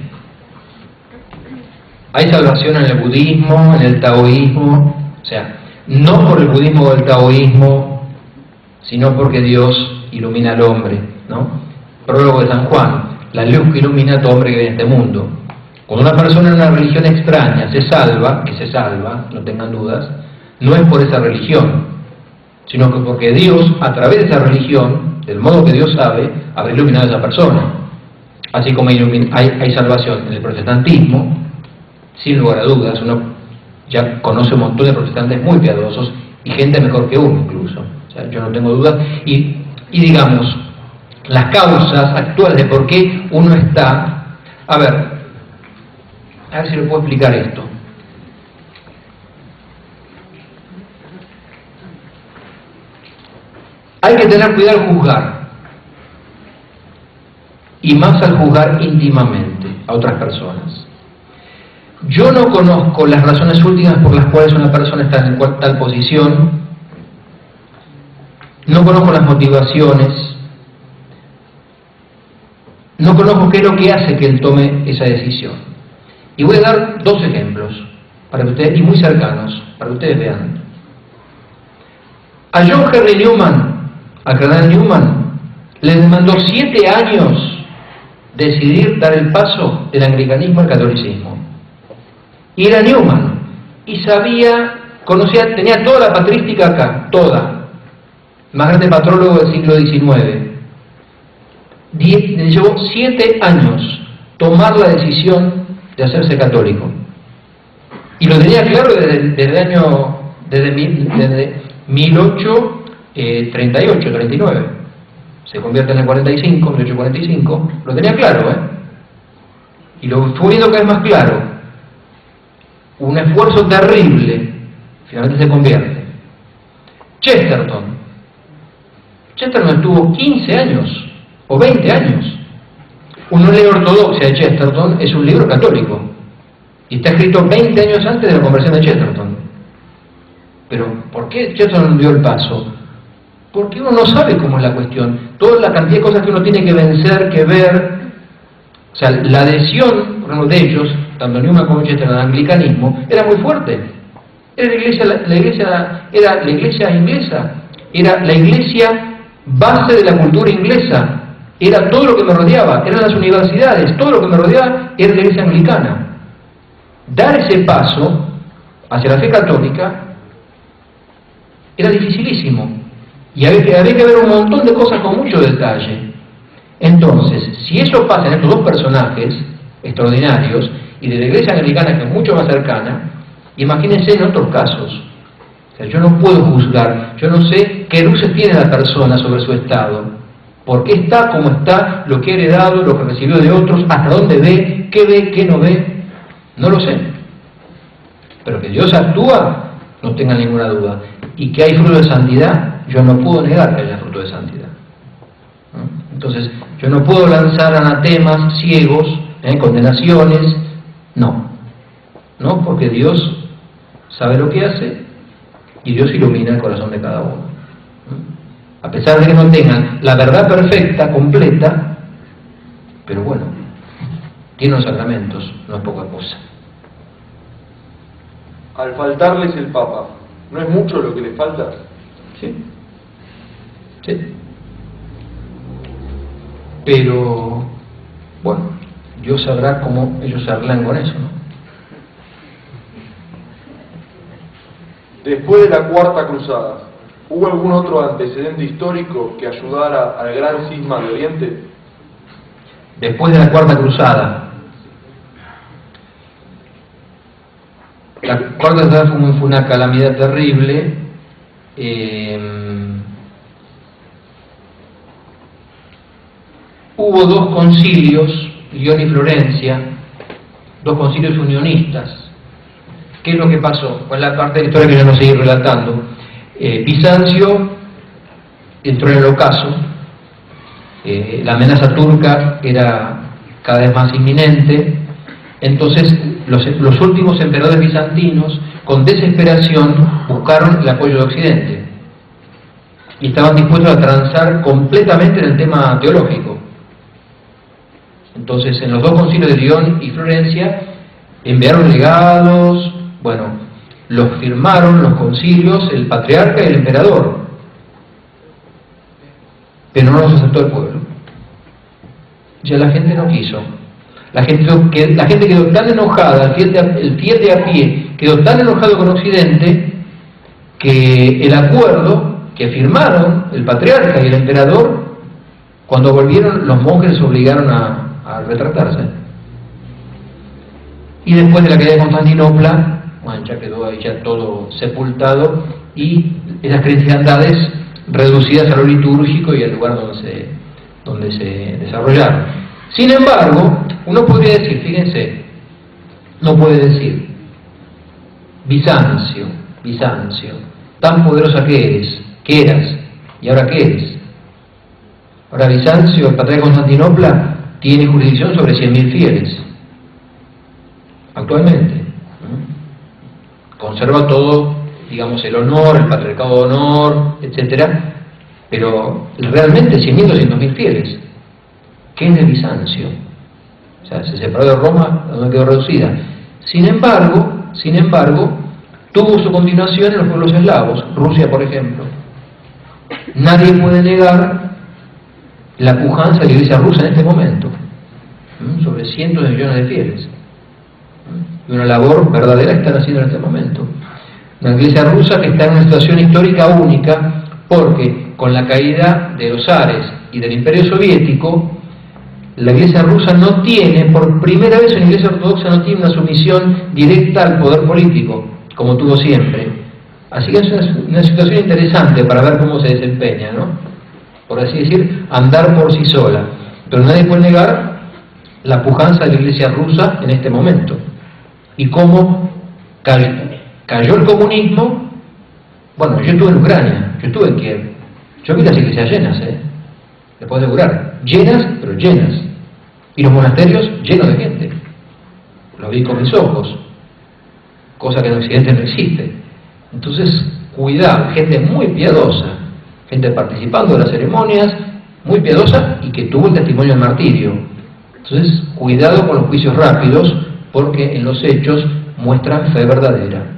hay salvación en el budismo, en el taoísmo, o sea, no por el budismo o el taoísmo, sino porque Dios ilumina al hombre, ¿no? Prólogo de San Juan, la luz que ilumina a todo hombre que viene a este mundo. Cuando una persona en una religión extraña se salva, que se salva, no tengan dudas, no es por esa religión, sino que porque Dios, a través de esa religión, del modo que Dios sabe, habrá iluminado a esa persona. Así como hay, hay, hay salvación en el protestantismo, sin lugar a dudas, uno ya conoce un montón de protestantes muy piadosos y gente mejor que uno incluso, o sea, yo no tengo dudas, y, y digamos, las causas actuales de por qué uno está, a ver, a ver si le puedo explicar esto. Hay que tener cuidado al juzgar, y más al juzgar íntimamente a otras personas. Yo no conozco las razones últimas por las cuales una persona está en tal posición, no conozco las motivaciones, no conozco qué es lo que hace que él tome esa decisión. Y voy a dar dos ejemplos, para que ustedes, y muy cercanos, para que ustedes vean. A John Henry Newman, a cardenal Newman, le demandó siete años decidir dar el paso del anglicanismo al catolicismo. Y era Newman, y sabía, conocía, tenía toda la patrística acá, toda, más grande patrólogo del siglo diecinueve. Die, le llevó siete años tomar la decisión de hacerse católico. Y lo tenía claro desde, desde el año, desde, desde mil ochocientos treinta y ocho, treinta y nueve. Se convierte en el cuarenta y cinco, mil ochocientos cuarenta y cinco, lo tenía claro, ¿eh? Y lo fue viendo cada vez más claro. Un esfuerzo terrible, finalmente se convierte. Chesterton. Chesterton estuvo quince años, o veinte años. Una ley ortodoxa de Chesterton es un libro católico, y está escrito veinte años antes de la conversión de Chesterton. Pero, ¿por qué Chesterton dio el paso? Porque uno no sabe cómo es la cuestión. Toda la cantidad de cosas que uno tiene que vencer, que ver. O sea, la adhesión, por ejemplo, de ellos, tanto Newman como Chesterton al anglicanismo, era muy fuerte. Era la iglesia, la, la iglesia, era la iglesia inglesa, era la iglesia base de la cultura inglesa, era todo lo que me rodeaba, eran las universidades, todo lo que me rodeaba era la iglesia anglicana. Dar ese paso hacia la fe católica era dificilísimo, y había que, había que ver un montón de cosas con mucho detalle. Entonces, si eso pasa en estos dos personajes extraordinarios, y de la iglesia anglicana, que es mucho más cercana, imagínense en otros casos. O sea, yo no puedo juzgar, yo no sé qué luces tiene la persona sobre su estado. ¿Por qué está como está? Lo que ha heredado, lo que recibió de otros, hasta dónde ve, qué ve, qué no ve, no lo sé. Pero que Dios actúa, no tengan ninguna duda. Y que hay fruto de santidad, yo no puedo negar que haya fruto de santidad. ¿no? Entonces, yo no puedo lanzar anatemas ciegos, ¿eh? condenaciones, no. No, porque Dios sabe lo que hace y Dios ilumina el corazón de cada uno. A pesar de que no tengan la verdad perfecta, completa, pero bueno, tienen los sacramentos, no es poca cosa. Al faltarles el Papa, ¿no es mucho lo que les falta? Sí. Sí. Pero, bueno, Dios sabrá cómo ellos se arreglan con eso, ¿no? Después de la Cuarta Cruzada, ¿hubo algún otro antecedente histórico que ayudara al gran cisma de Oriente? Después de la Cuarta Cruzada, la Cuarta Cruzada fue, fue una calamidad terrible. Eh, hubo dos concilios, Lyon y Florencia, dos concilios unionistas. ¿Qué es lo que pasó? Pues la parte de la historia que yo no seguí relatando. Eh, Bizancio entró en el ocaso, eh, la amenaza turca era cada vez más inminente, entonces los, los últimos emperadores bizantinos con desesperación buscaron el apoyo de Occidente y estaban dispuestos a transar completamente en el tema teológico. Entonces en los dos concilios de Lyon y Florencia enviaron legados, bueno, los firmaron los concilios el patriarca y el emperador, pero no los aceptó el pueblo. Ya la gente no quiso. La gente, la gente quedó tan enojada, el fiel, de, el fiel de a pie quedó tan enojado con Occidente que el acuerdo que firmaron el patriarca y el emperador, cuando volvieron los monjes les obligaron a, a retractarse. Y después de la caída de Constantinopla, bueno, ya quedó ahí ya todo sepultado y esas cristiandades reducidas a lo litúrgico y al lugar donde se, donde se desarrollaron. Sin embargo, uno podría decir, fíjense, no puede decir, Bizancio, Bizancio, tan poderosa que eres, que eras, y ahora qué eres. Ahora Bizancio, el patriarca de Constantinopla, tiene jurisdicción sobre cien mil fieles, actualmente. Conserva todo, digamos, el honor, el patriarcado de honor, etcétera, pero realmente cien mil, doscientos mil fieles. ¿Qué es de Bizancio? O sea, se separó de Roma, donde quedó reducida. Sin embargo, sin embargo, tuvo su continuación en los pueblos eslavos, Rusia, por ejemplo. Nadie puede negar la pujanza de la Iglesia rusa en este momento, ¿sí? Sobre cientos de millones de fieles. Y una labor verdadera que están haciendo en este momento. Una iglesia rusa que está en una situación histórica única, porque con la caída de los zares y del Imperio Soviético, la iglesia rusa no tiene, por primera vez una iglesia ortodoxa no tiene una sumisión directa al poder político, como tuvo siempre. Así que es una, una situación interesante para ver cómo se desempeña, ¿no? Por así decir, andar por sí sola. Pero nadie puede negar la pujanza de la iglesia rusa en este momento. Y cómo cayó, cayó el comunismo. Bueno, yo estuve en Ucrania, yo estuve en Kiev, yo vi las iglesias llenas, ¿eh? Les puedo asegurar, llenas, pero llenas. Y los monasterios llenos de gente. Lo vi con mis ojos, cosa que en Occidente no existe. Entonces, cuidado, gente muy piadosa, gente participando de las ceremonias, muy piadosa y que tuvo el testimonio del martirio. Entonces, cuidado con los juicios rápidos, porque en los hechos muestran fe verdadera.